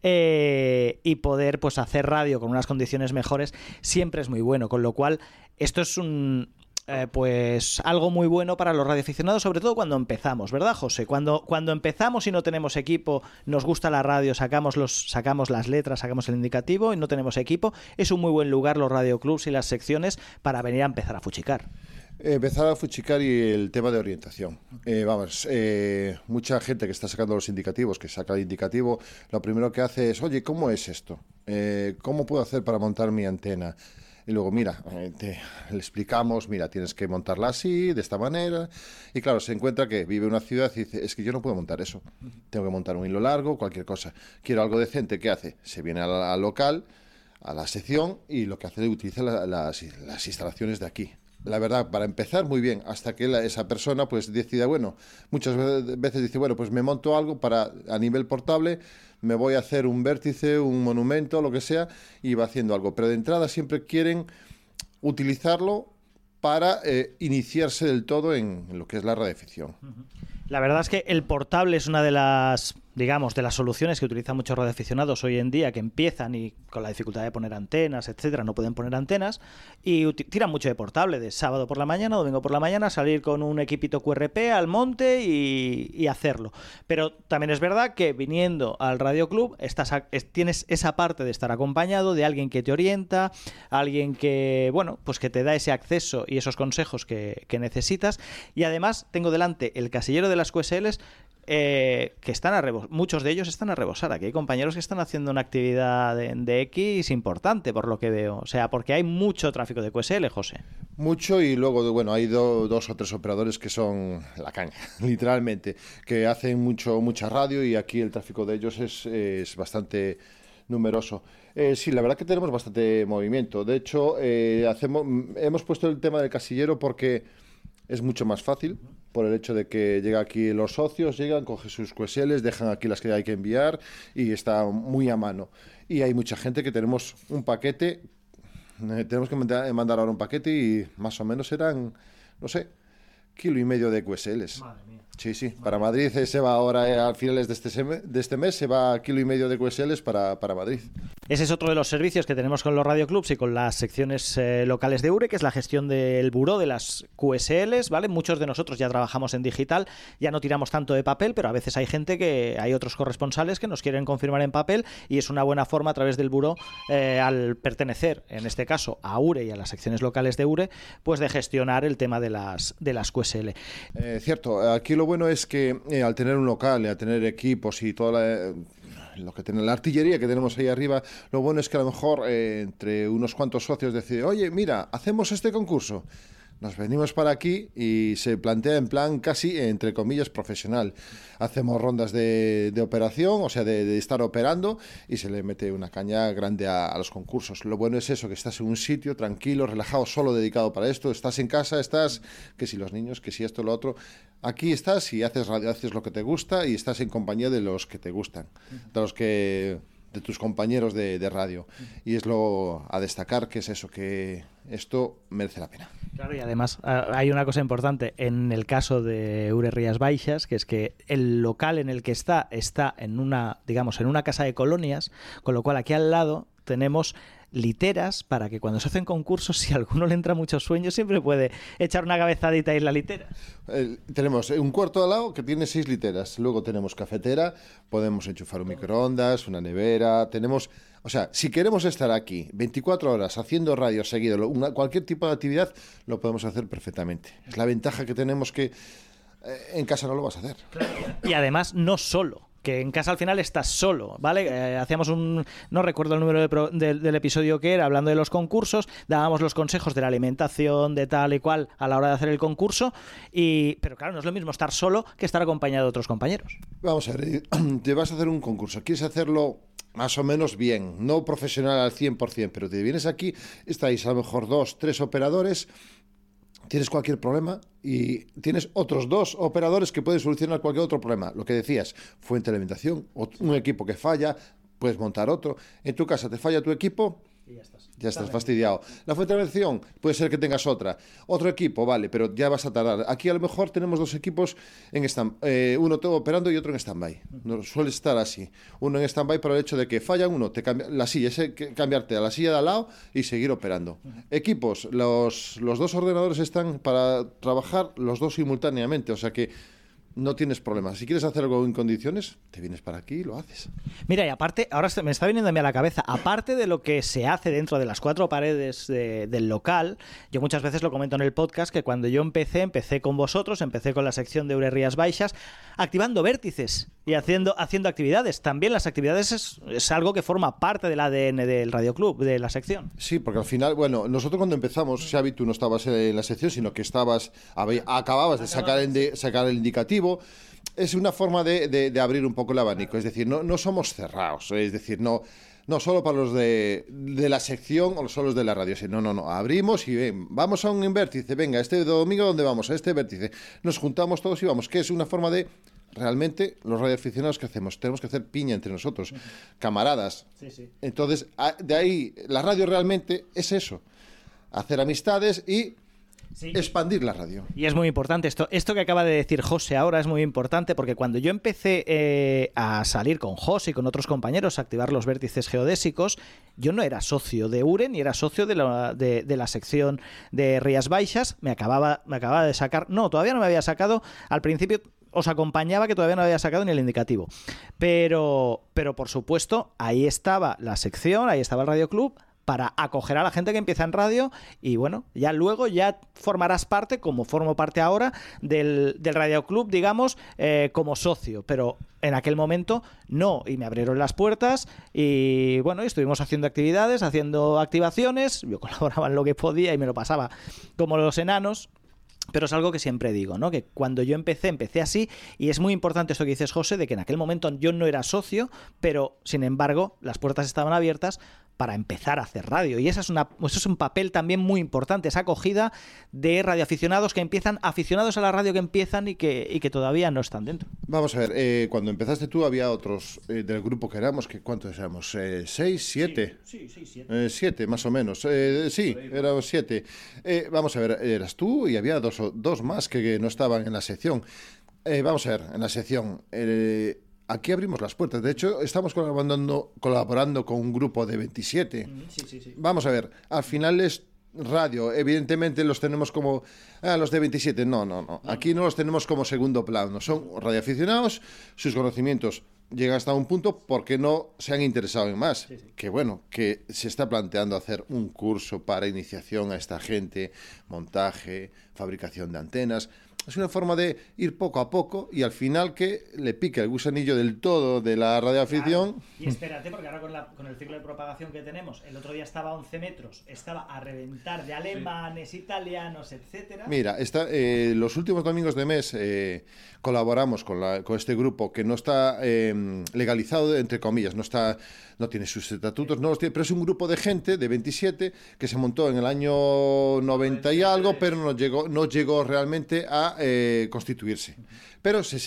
y poder pues hacer radio con unas condiciones mejores siempre es muy bueno, con lo cual esto es pues algo muy bueno para los radioaficionados, sobre todo cuando empezamos, ¿verdad, José? Cuando empezamos y no tenemos equipo, nos gusta la radio, sacamos las letras, sacamos el indicativo y no tenemos equipo, es un muy buen lugar los radioclubs y las secciones para venir a empezar a fuchicar. Empezar a fuchicar y el tema de orientación. Mucha gente que está sacando los indicativos, que saca el indicativo, lo primero que hace es, oye, ¿cómo es esto? ¿Cómo puedo hacer para montar mi antena? Y luego, mira, le explicamos, mira, tienes que montarla así, de esta manera. Y claro, se encuentra que vive en una ciudad y dice, es que yo no puedo montar eso. Tengo que montar un hilo largo, cualquier cosa. Quiero algo decente. ¿Qué hace? Se viene al local, a la sección, y lo que hace es utiliza las instalaciones de aquí. La verdad, para empezar, muy bien, hasta que esa persona pues decida, bueno, muchas veces dice, bueno, pues me monto algo a nivel portable, me voy a hacer un vértice, un monumento, lo que sea, y va haciendo algo. Pero de entrada siempre quieren utilizarlo para iniciarse del todo en lo que es la radioficción. La verdad es que el portable es una de las, digamos, de las soluciones que utilizan muchos radioaficionados hoy en día, que empiezan y con la dificultad de poner antenas, etcétera, no pueden poner antenas y tiran mucho de portable, de sábado por la mañana, domingo por la mañana, salir con un equipito QRP al monte y hacerlo. Pero también es verdad que viniendo al radioclub tienes esa parte de estar acompañado de alguien que te orienta, alguien que, bueno, pues que te da ese acceso y esos consejos que necesitas. Y además tengo delante el casillero de las QSLs que están muchos de ellos están a rebosar. Aquí hay compañeros que están haciendo una actividad de X importante, por lo que veo. O sea, porque hay mucho tráfico de QSL, José. Mucho, y luego, bueno, hay dos o tres operadores que son la caña, literalmente, que hacen mucha radio, y aquí el tráfico de ellos es bastante numeroso. Sí, la verdad que tenemos bastante movimiento. De hecho, hemos puesto el tema del casillero porque es mucho más fácil, por el hecho de que llega aquí los socios, llegan, cogen sus QSLs, dejan aquí las que hay que enviar y está muy a mano. Y hay mucha gente que tenemos un paquete, tenemos que mandar ahora un paquete y más o menos serán, no sé, 1,5 kilos de QSLs. Madre mía. Sí. Para Madrid se va ahora a finales de este mes, se va 1,5 kilos de QSLs para Madrid. Ese es otro de los servicios que tenemos con los radioclubs y con las secciones locales de URE, que es la gestión del buró de las QSLs, ¿vale? Muchos de nosotros ya trabajamos en digital, ya no tiramos tanto de papel, pero a veces hay otros corresponsales que nos quieren confirmar en papel, y es una buena forma a través del buró, al pertenecer, en este caso, a URE y a las secciones locales de URE, pues de gestionar el tema de las QSL. Cierto, aquí lo bueno es que al tener un local, al tener equipos y toda lo que tiene la artillería que tenemos ahí arriba, lo bueno es que a lo mejor entre unos cuantos socios deciden, oye, mira, hacemos este concurso. Nos venimos para aquí y se plantea en plan casi, entre comillas, profesional. Hacemos rondas de operación, o sea, de estar operando, y se le mete una caña grande a los concursos. Lo bueno es eso, que estás en un sitio tranquilo, relajado, solo dedicado para esto. Estás en casa, que si los niños, que si esto, lo otro. Aquí estás y haces radio, haces lo que te gusta y estás en compañía de los que te gustan, de tus compañeros de radio. Y es lo a destacar, que es eso, que esto merece la pena. Claro, y además hay una cosa importante en el caso de URE Rías Baixas, que es que el local en el que está en una casa de colonias, con lo cual aquí al lado tenemos literas para que cuando se hacen concursos, si a alguno le entra mucho sueño, siempre puede echar una cabezadita ahí en la litera. Tenemos un cuarto al lado que tiene 6 literas. Luego tenemos cafetera, podemos enchufar un microondas, una nevera. O sea, si queremos estar aquí 24 horas haciendo radio seguido, cualquier tipo de actividad, lo podemos hacer perfectamente. Es la ventaja que tenemos, que en casa no lo vas a hacer. Y además, no solo. Que en casa al final estás solo, ¿vale? Hacíamos no recuerdo el número del episodio que era, hablando de los concursos, dábamos los consejos de la alimentación, de tal y cual, a la hora de hacer el concurso, pero claro, no es lo mismo estar solo que estar acompañado de otros compañeros. Vamos a ver, te vas a hacer un concurso, quieres hacerlo más o menos bien, no profesional al 100%, pero te vienes aquí, estáis a lo mejor 2, 3 operadores, tienes cualquier problema y tienes otros 2 operadores que pueden solucionar cualquier otro problema. Lo que decías, fuente de alimentación, un equipo que falla, puedes montar otro. En tu casa te falla tu equipo, y ya estás. Ya estás fastidiado. La Fuentevención puede ser que tengas otro equipo, vale, pero ya vas a tardar. Aquí a lo mejor tenemos dos equipos en uno todo operando y otro en stand-by. No, suele estar así. Uno en stand-by por el hecho de que fallan uno, te cambia la silla, cambiarte a la silla de al lado y seguir operando. Equipos, los dos ordenadores están para trabajar los dos simultáneamente, o sea que no tienes problemas. Si quieres hacer algo en condiciones, te vienes para aquí y lo haces. Mira, y aparte, ahora me está viniendo a mí a la cabeza, aparte de lo que se hace dentro de las cuatro paredes del local, yo muchas veces lo comento en el podcast, que cuando yo empecé con vosotros, empecé con la sección de Eure Rías Baixas, activando vértices y haciendo actividades. También las actividades es algo que forma parte del ADN del Radio Club, de la sección. Sí, porque al final, bueno, nosotros cuando empezamos, Xavi, tú no estabas en la sección, sino que acababas de sacar el indicativo. Es una forma de abrir un poco el abanico, es decir, no somos cerrados, es decir, no solo para los de la sección o solo los de la radio, no, abrimos y vamos a un vértice, venga, este domingo ¿dónde vamos? A este vértice, nos juntamos todos y vamos, que es una forma de, realmente, los radioaficionados que hacemos, tenemos que hacer piña entre nosotros, camaradas. Sí. Entonces, de ahí, la radio realmente es eso, hacer amistades y expandir la radio. Y es muy importante esto que acaba de decir José ahora, es muy importante porque cuando yo empecé a salir con José y con otros compañeros a activar los vértices geodésicos, yo no era socio de URE ni era socio de la sección de Rías Baixas. Me acababa de sacar, todavía no me había sacado, al principio os acompañaba, que todavía no había sacado ni el indicativo, pero por supuesto ahí estaba la sección, ahí estaba el Radio Club para acoger a la gente que empieza en radio y bueno, ya luego ya formarás parte, como formo parte ahora, del Radio Club, digamos, como socio, pero en aquel momento no, y me abrieron las puertas y bueno, estuvimos haciendo actividades, haciendo activaciones, yo colaboraba en lo que podía y me lo pasaba como los enanos. Pero es algo que siempre digo, ¿no? Que cuando yo empecé así, y es muy importante esto que dices, José, de que en aquel momento yo no era socio, pero sin embargo las puertas estaban abiertas para empezar a hacer radio. Y eso es un papel también muy importante, esa acogida de radioaficionados que empiezan, aficionados a la radio que empiezan y que todavía no están dentro. Vamos a ver, cuando empezaste tú había otros del grupo que éramos, ¿cuántos éramos? ¿6, 7? Sí, 7. 7 más o menos. Sí, éramos 7. Vamos a ver, eras tú y había dos más que no estaban en la sección. Vamos a ver, en la sección... Aquí abrimos las puertas. De hecho, estamos colaborando con un grupo de 27. Sí. Vamos a ver, al final es radio. Evidentemente los tenemos como... los de 27. No. Aquí no los tenemos como segundo plano. Son radioaficionados, sus conocimientos llegan hasta un punto porque no se han interesado en más. Sí. Que bueno, que se está planteando hacer un curso para iniciación a esta gente, montaje, fabricación de antenas... Es una forma de ir poco a poco y al final que le pique el gusanillo del todo de la radioafición. Claro. Y espérate, porque ahora con el ciclo de propagación que tenemos, el otro día estaba a 11 metros, estaba a reventar de alemanes, italianos, etcétera. Mira, los últimos domingos de mes colaboramos con este grupo que no está legalizado, entre comillas, no tiene sus estatutos, no los tiene, pero es un grupo de gente de 27 que se montó en el año 90 y algo, pero no llegó realmente a constituirse. Pero se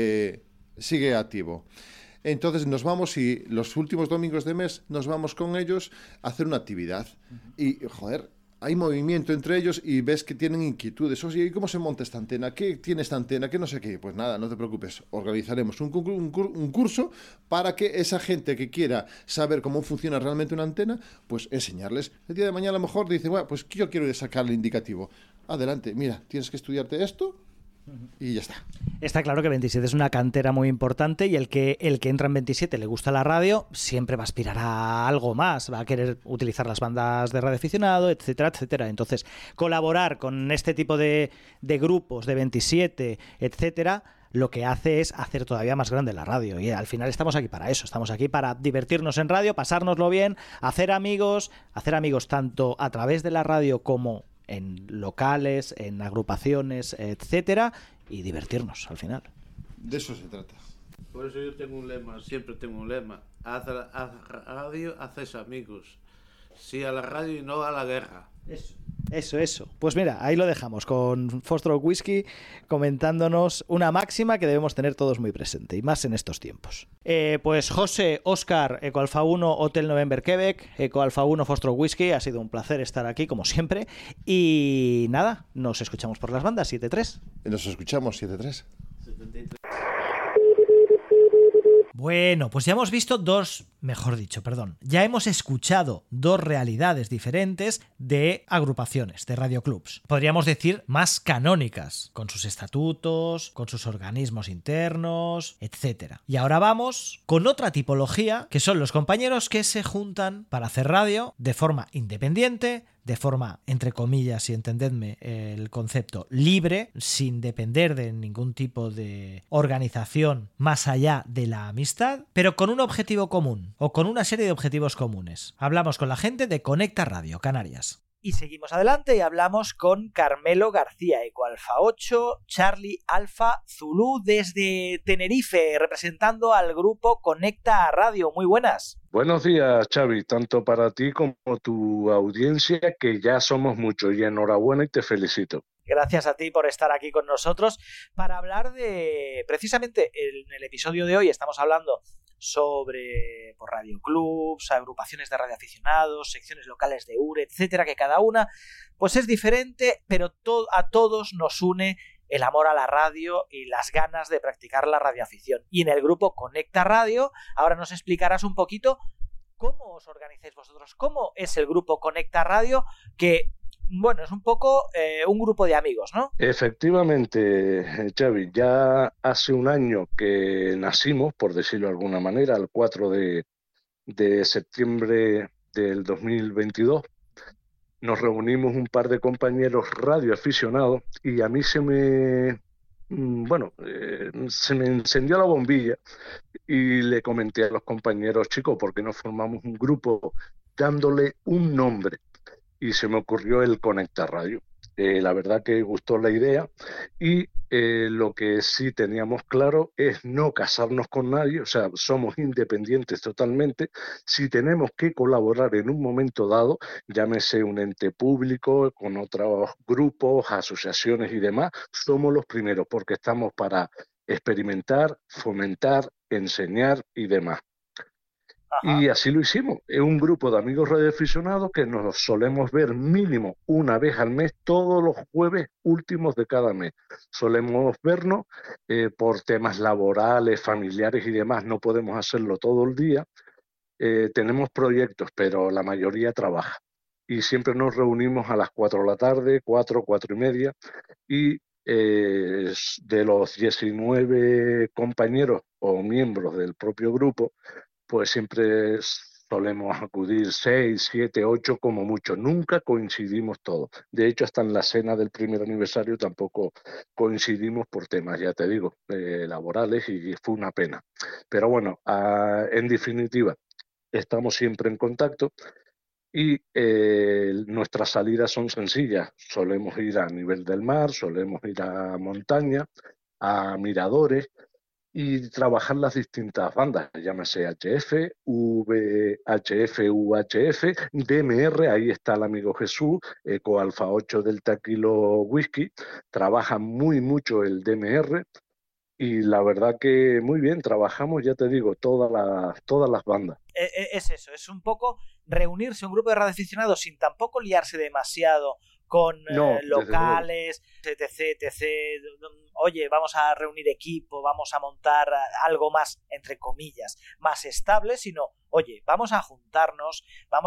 sigue activo. Entonces nos vamos y los últimos domingos de mes nos vamos con ellos a hacer una actividad. Y, joder, hay movimiento entre ellos y ves que tienen inquietudes. Oye, ¿cómo se monta esta antena? ¿Qué tiene esta antena? ¿Qué no sé qué? Pues nada, no te preocupes. Organizaremos un curso para que esa gente que quiera saber cómo funciona realmente una antena, pues enseñarles. El día de mañana a lo mejor dice, bueno, pues yo quiero sacar el indicativo. Adelante, mira, tienes que estudiarte esto y ya está. Está claro que 27 es una cantera muy importante y el que entra en 27 le gusta la radio, siempre va a aspirar a algo más, va a querer utilizar las bandas de radioaficionado, etcétera, etcétera. Entonces, colaborar con este tipo de grupos de 27, etcétera, lo que hace es hacer todavía más grande la radio. Y al final estamos aquí para eso, estamos aquí para divertirnos en radio, pasárnoslo bien, hacer amigos tanto a través de la radio como en locales, en agrupaciones, etcétera, y divertirnos al final. De eso se trata. Por eso yo tengo un lema, siempre tengo un lema. Haz radio, haces amigos. Sí a la radio y no a la guerra. Eso. Eso. Pues mira, ahí lo dejamos con Four Stroke Whisky comentándonos una máxima que debemos tener todos muy presente, y más en estos tiempos. Pues José, Óscar, Eco Alfa 1, Hotel November Quebec, Eco Alfa 1, Four Stroke Whisky, ha sido un placer estar aquí como siempre. Y nada, nos escuchamos por las bandas 7-3. Nos escuchamos 7-3. Bueno, pues ya hemos visto ya hemos escuchado dos realidades diferentes de agrupaciones, de radioclubs. Podríamos decir más canónicas, con sus estatutos, con sus organismos internos, etc. Y ahora vamos con otra tipología, que son los compañeros que se juntan para hacer radio de forma independiente, de forma, entre comillas, y entendedme el concepto, libre, sin depender de ningún tipo de organización más allá de la amistad, pero con un objetivo común, o con una serie de objetivos comunes. Hablamos con la gente de Conecta Radio Canarias. Y seguimos adelante y hablamos con Carmelo García, Eco Alfa 8, Charlie Alfa Zulu, desde Tenerife, representando al grupo Conecta Radio. Muy buenas. Buenos días, Xavi, tanto para ti como tu audiencia, que ya somos muchos, y enhorabuena y te felicito. Gracias a ti por estar aquí con nosotros para hablar de, precisamente en el episodio de hoy estamos hablando sobre radioclubs, agrupaciones de radioaficionados, secciones locales de URE, etcétera, que cada una pues es diferente, pero a todos nos une el amor a la radio y las ganas de practicar la radioafición. Y en el grupo Conecta Radio, ahora nos explicarás un poquito cómo os organizáis vosotros, cómo es el grupo Conecta Radio, que bueno, es un poco un grupo de amigos, ¿no? Efectivamente, Xavi, ya hace un año que nacimos, por decirlo de alguna manera, el 4 de septiembre del 2022, nos reunimos un par de compañeros radioaficionados y a mí se me encendió la bombilla y le comenté a los compañeros, chicos, ¿por qué no formamos un grupo dándole un nombre? Y se me ocurrió el Conecta Radio. La verdad que gustó la idea y lo que sí teníamos claro es no casarnos con nadie, o sea, somos independientes totalmente. Si tenemos que colaborar en un momento dado, llámese un ente público, con otros grupos, asociaciones y demás, somos los primeros porque estamos para experimentar, fomentar, enseñar y demás. Ajá. Y así lo hicimos. Es un grupo de amigos radioaficionados que nos solemos ver mínimo una vez al mes, todos los jueves últimos de cada mes. Solemos vernos por temas laborales, familiares y demás. No podemos hacerlo todo el día. Tenemos proyectos, pero la mayoría trabaja. Y siempre nos reunimos a las 4 de la tarde, 4:30. Y de los 19 compañeros o miembros del propio grupo, pues siempre solemos acudir 6, 7, 8 como mucho. Nunca coincidimos todos. De hecho, hasta en la cena del primer aniversario tampoco coincidimos por temas, ya te digo, laborales, y fue una pena. Pero bueno, en definitiva, estamos siempre en contacto y nuestras salidas son sencillas. Solemos ir a nivel del mar, solemos ir a montaña, a miradores, y trabajar las distintas bandas, llámese HF, VHF, UHF, DMR, ahí está el amigo Jesús, Eco Alfa 8 del Taquilo Whisky, trabaja muy mucho el DMR y la verdad que muy bien, trabajamos, ya te digo, todas las bandas. Es eso, es un poco reunirse un grupo de radioaficionados sin tampoco liarse demasiado con locales, etc. Oye, vamos a reunir equipo, vamos a montar algo más, entre comillas, más estable, sino, oye, vamos a juntarnos,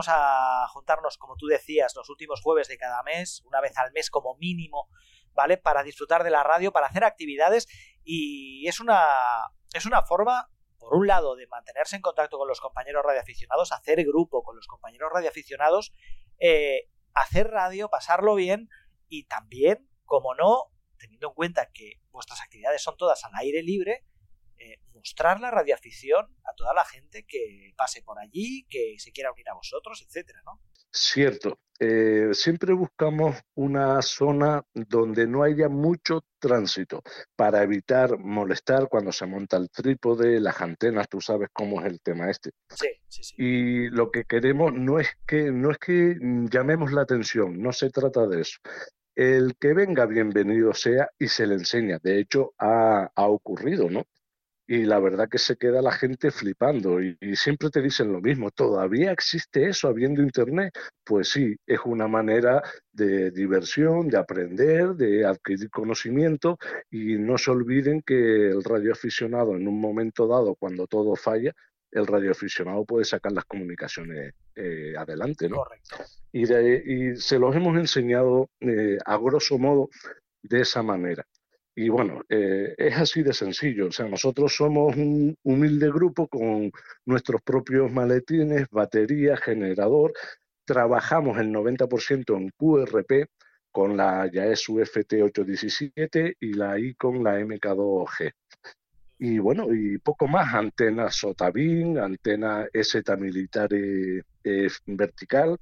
como tú decías, los últimos jueves de cada mes, una vez al mes como mínimo, ¿vale? Para disfrutar de la radio, para hacer actividades, y es una forma, por un lado, de mantenerse en contacto con los compañeros radioaficionados, hacer grupo con los compañeros radioaficionados, hacer radio, pasarlo bien y también, como no, teniendo en cuenta que vuestras actividades son todas al aire libre, mostrar la radioafición a toda la gente que pase por allí, que se quiera unir a vosotros, etcétera, ¿no? Cierto. siempre buscamos una zona donde no haya mucho tránsito para evitar molestar cuando se monta el trípode, las antenas, tú sabes cómo es el tema este. Sí, sí, sí. Y lo que queremos no es que llamemos la atención, no se trata de eso. El que venga, bienvenido sea y se le enseña. De hecho, ha ocurrido, ¿no? Y la verdad que se queda la gente flipando y siempre te dicen lo mismo, ¿todavía existe eso habiendo internet? Pues sí, es una manera de diversión, de aprender, de adquirir conocimiento y no se olviden que el radioaficionado en un momento dado, cuando todo falla, el radioaficionado puede sacar las comunicaciones adelante, ¿no? Correcto. Y se los hemos enseñado a grosso modo de esa manera. Y bueno, es así de sencillo. O sea, nosotros somos un humilde grupo con nuestros propios maletines, batería, generador. Trabajamos el 90% en QRP con la Yaesu FT817 y la Icon, la MK2G. Y bueno, y poco más, antena Sotabin, antena STA militar vertical.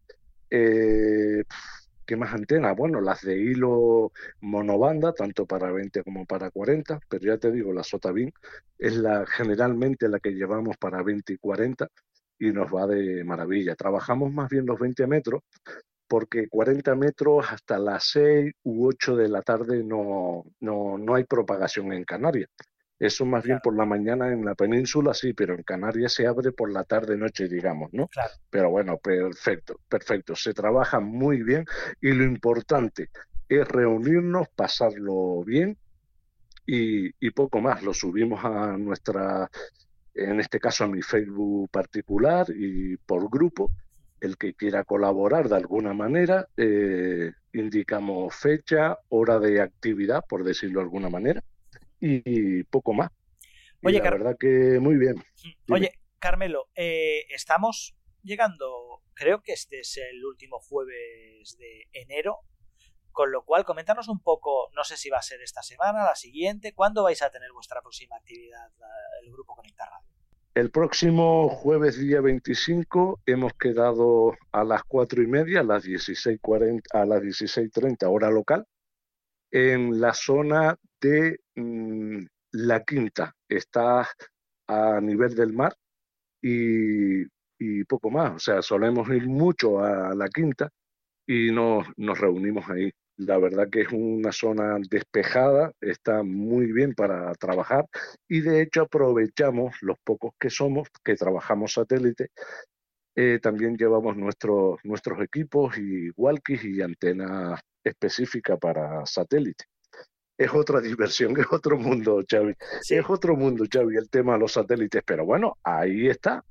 Eh, ¿Qué más antenas? Bueno, las de hilo monobanda, tanto para 20 como para 40, pero ya te digo, la Sotabin es generalmente la que llevamos para 20 y 40 y nos va de maravilla. Trabajamos más bien los 20 metros porque 40 metros hasta las 6 u 8 de la tarde no hay propagación en Canarias. Eso más bien Claro, por la mañana en la península, sí, pero en Canarias se abre por la tarde-noche, digamos, ¿no? claro. Pero bueno, perfecto, perfecto. Se trabaja muy bien y lo importante es reunirnos, pasarlo bien y poco más. Lo subimos a en este caso a mi Facebook particular y por grupo. El que quiera colaborar de alguna manera, indicamos fecha, hora de actividad, por decirlo de alguna manera, y poco más. Y Oye, la verdad que muy bien. Dime. Oye, Carmelo, estamos llegando, creo que este es el último jueves de enero, con lo cual coméntanos un poco, no sé si va a ser esta semana, la siguiente, ¿cuándo vais a tener vuestra próxima actividad, el Grupo Conecta Radio? El próximo jueves día 25 hemos quedado a las 4:30, a las 16:40, a las 16:30 hora local, en la zona de La Quinta. Está a nivel del mar y poco más. O sea, solemos ir mucho a La Quinta y nos reunimos ahí. La verdad que es una zona despejada, está muy bien para trabajar y de hecho aprovechamos los pocos que somos, que trabajamos satélite, también llevamos nuestros equipos y walkies y antenas específicas para satélite. Es otra diversión, es otro mundo, Xavi. Sí. Es otro mundo, Xavi, el tema de los satélites. Pero bueno, ahí está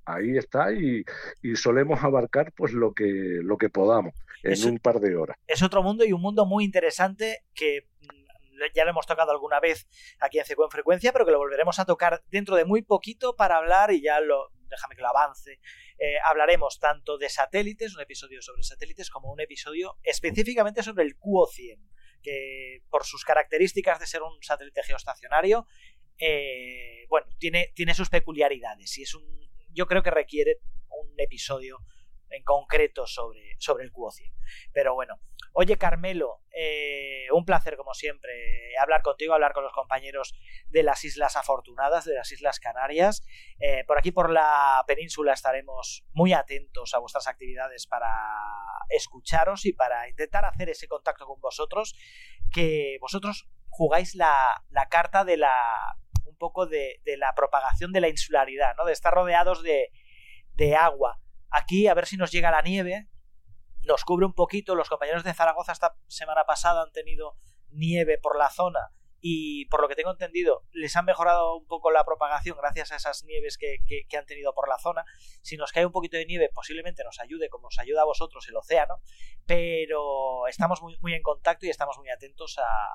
y solemos abarcar pues lo que podamos en un par de horas. Es otro mundo y un mundo muy interesante que ya lo hemos tocado alguna vez aquí en CQ en Frecuencia, pero que lo volveremos a tocar dentro de muy poquito para hablar y ya déjame que lo avance. Hablaremos tanto de satélites, un episodio sobre satélites, como un episodio específicamente sobre el QO100, que por sus características de ser un satélite geoestacionario, bueno, tiene sus peculiaridades y yo creo que requiere un episodio en concreto sobre el QO100. Pero bueno, oye Carmelo, un placer como siempre hablar contigo, hablar con los compañeros de las Islas Afortunadas, de las Islas Canarias. Por aquí por la península estaremos muy atentos a vuestras actividades para escucharos y para intentar hacer ese contacto con vosotros, que vosotros jugáis la carta de un poco de la propagación de la insularidad, ¿no? De estar rodeados de agua. Aquí a ver si nos llega la nieve, nos cubre un poquito. Los compañeros de Zaragoza esta semana pasada han tenido nieve por la zona y por lo que tengo entendido les han mejorado un poco la propagación gracias a esas nieves que han tenido por la zona. Si nos cae un poquito de nieve posiblemente nos ayude como os ayuda a vosotros el océano, pero estamos muy, muy en contacto y estamos muy atentos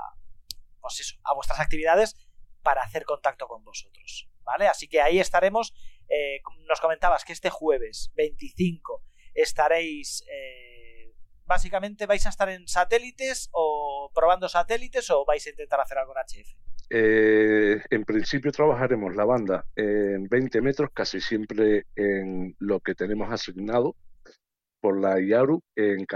a vuestras actividades para hacer contacto con vosotros, ¿vale? Así que ahí estaremos. Nos comentabas que este jueves 25 estaréis, básicamente vais a estar en satélites o probando satélites o vais a intentar hacer algo en HF. En principio trabajaremos la banda en 20 metros, casi siempre en lo que tenemos asignado, por la IARU en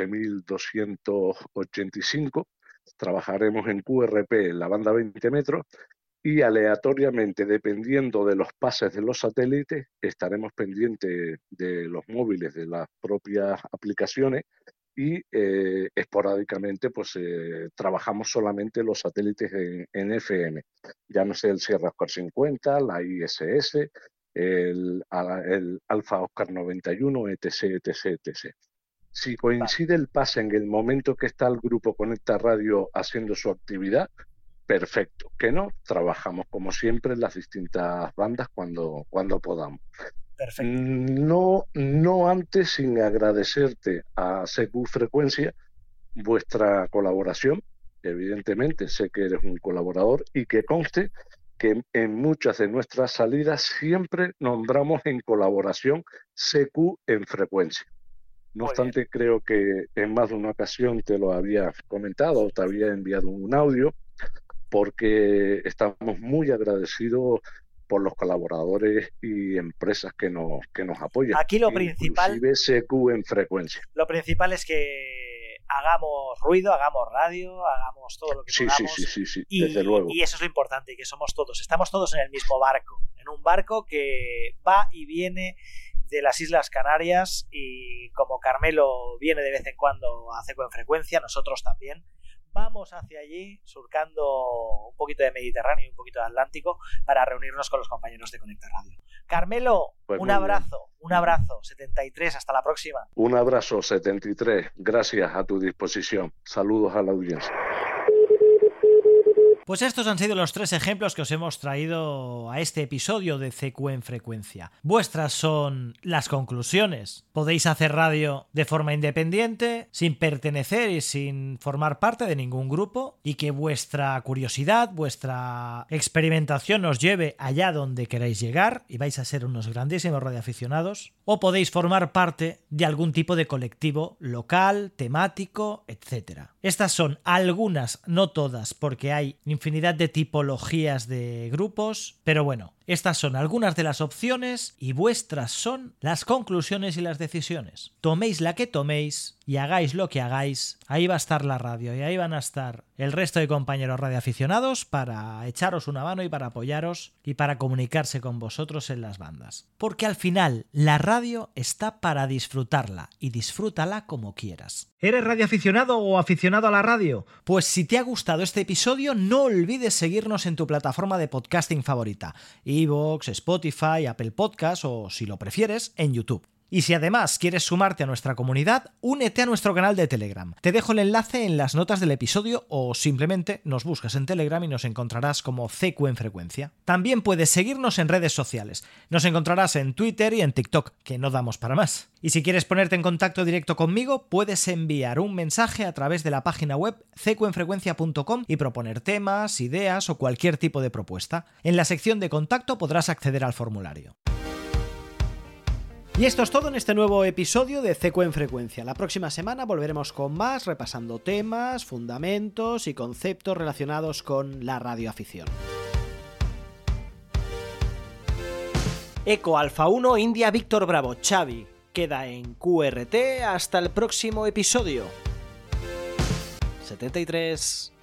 14.285. Trabajaremos en QRP en la banda 20 metros y aleatoriamente, dependiendo de los pases de los satélites, estaremos pendientes de los móviles de las propias aplicaciones y esporádicamente pues trabajamos solamente los satélites en FM, llámese el Sierra Oscar 50, la ISS, el Alfa Oscar 91, etc, etc, etc. Si coincide el pase en el momento que está el grupo Conecta Radio haciendo su actividad, perfecto. Que no, trabajamos como siempre en las distintas bandas cuando podamos. Perfecto. No antes sin agradecerte a CQ Frecuencia vuestra colaboración. Evidentemente, sé que eres un colaborador y que conste que en muchas de nuestras salidas siempre nombramos en colaboración CQ en Frecuencia. No obstante, creo que en más de una ocasión te lo había comentado o te había enviado un audio, porque estamos muy agradecidos por los colaboradores y empresas que nos apoyan. Aquí lo principal, inclusive CQ en Frecuencia. Lo principal es que hagamos ruido, hagamos radio, hagamos todo lo que podamos. Sí, desde luego. Y eso es lo importante, que somos todos, estamos todos en el mismo barco, en un barco que va y viene de las Islas Canarias, y como Carmelo viene de vez en cuando a CQ en Frecuencia, nosotros también vamos hacia allí, surcando un poquito de Mediterráneo y un poquito de Atlántico, para reunirnos con los compañeros de Conecta Radio. Carmelo, pues un abrazo, 73, hasta la próxima. Un abrazo, 73, gracias, a tu disposición. Saludos a la audiencia. Pues estos han sido los 3 ejemplos que os hemos traído a este episodio de CQ en Frecuencia. Vuestras son las conclusiones. Podéis hacer radio de forma independiente, sin pertenecer y sin formar parte de ningún grupo, y que vuestra curiosidad, vuestra experimentación os lleve allá donde queráis llegar y vais a ser unos grandísimos radioaficionados. O podéis formar parte de algún tipo de colectivo local, temático, etc. Estas son algunas, no todas, porque hay infinidad de tipologías de grupos, pero bueno, estas son algunas de las opciones y vuestras son las conclusiones y las decisiones. Toméis la que toméis y hagáis lo que hagáis, ahí va a estar la radio y ahí van a estar el resto de compañeros radioaficionados para echaros una mano y para apoyaros y para comunicarse con vosotros en las bandas. Porque al final la radio está para disfrutarla, y disfrútala como quieras. ¿Eres radioaficionado o aficionado a la radio? Pues si te ha gustado este episodio, no olvides seguirnos en tu plataforma de podcasting favorita, iVoox, Spotify, Apple Podcasts o, si lo prefieres, en YouTube. Y si además quieres sumarte a nuestra comunidad, únete a nuestro canal de Telegram. Te dejo el enlace en las notas del episodio, o simplemente nos buscas en Telegram y nos encontrarás como CQ en Frecuencia. También puedes seguirnos en redes sociales. Nos encontrarás en Twitter y en TikTok, que no damos para más. Y si quieres ponerte en contacto directo conmigo, puedes enviar un mensaje a través de la página web cqenfrecuencia.com y proponer temas, ideas o cualquier tipo de propuesta. En la sección de contacto podrás acceder al formulario. Y esto es todo en este nuevo episodio de CQ en Frecuencia. La próxima semana volveremos con más, repasando temas, fundamentos y conceptos relacionados con la radioafición. Eco Alfa 1 India Víctor Bravo Xavi queda en QRT hasta el próximo episodio. 73.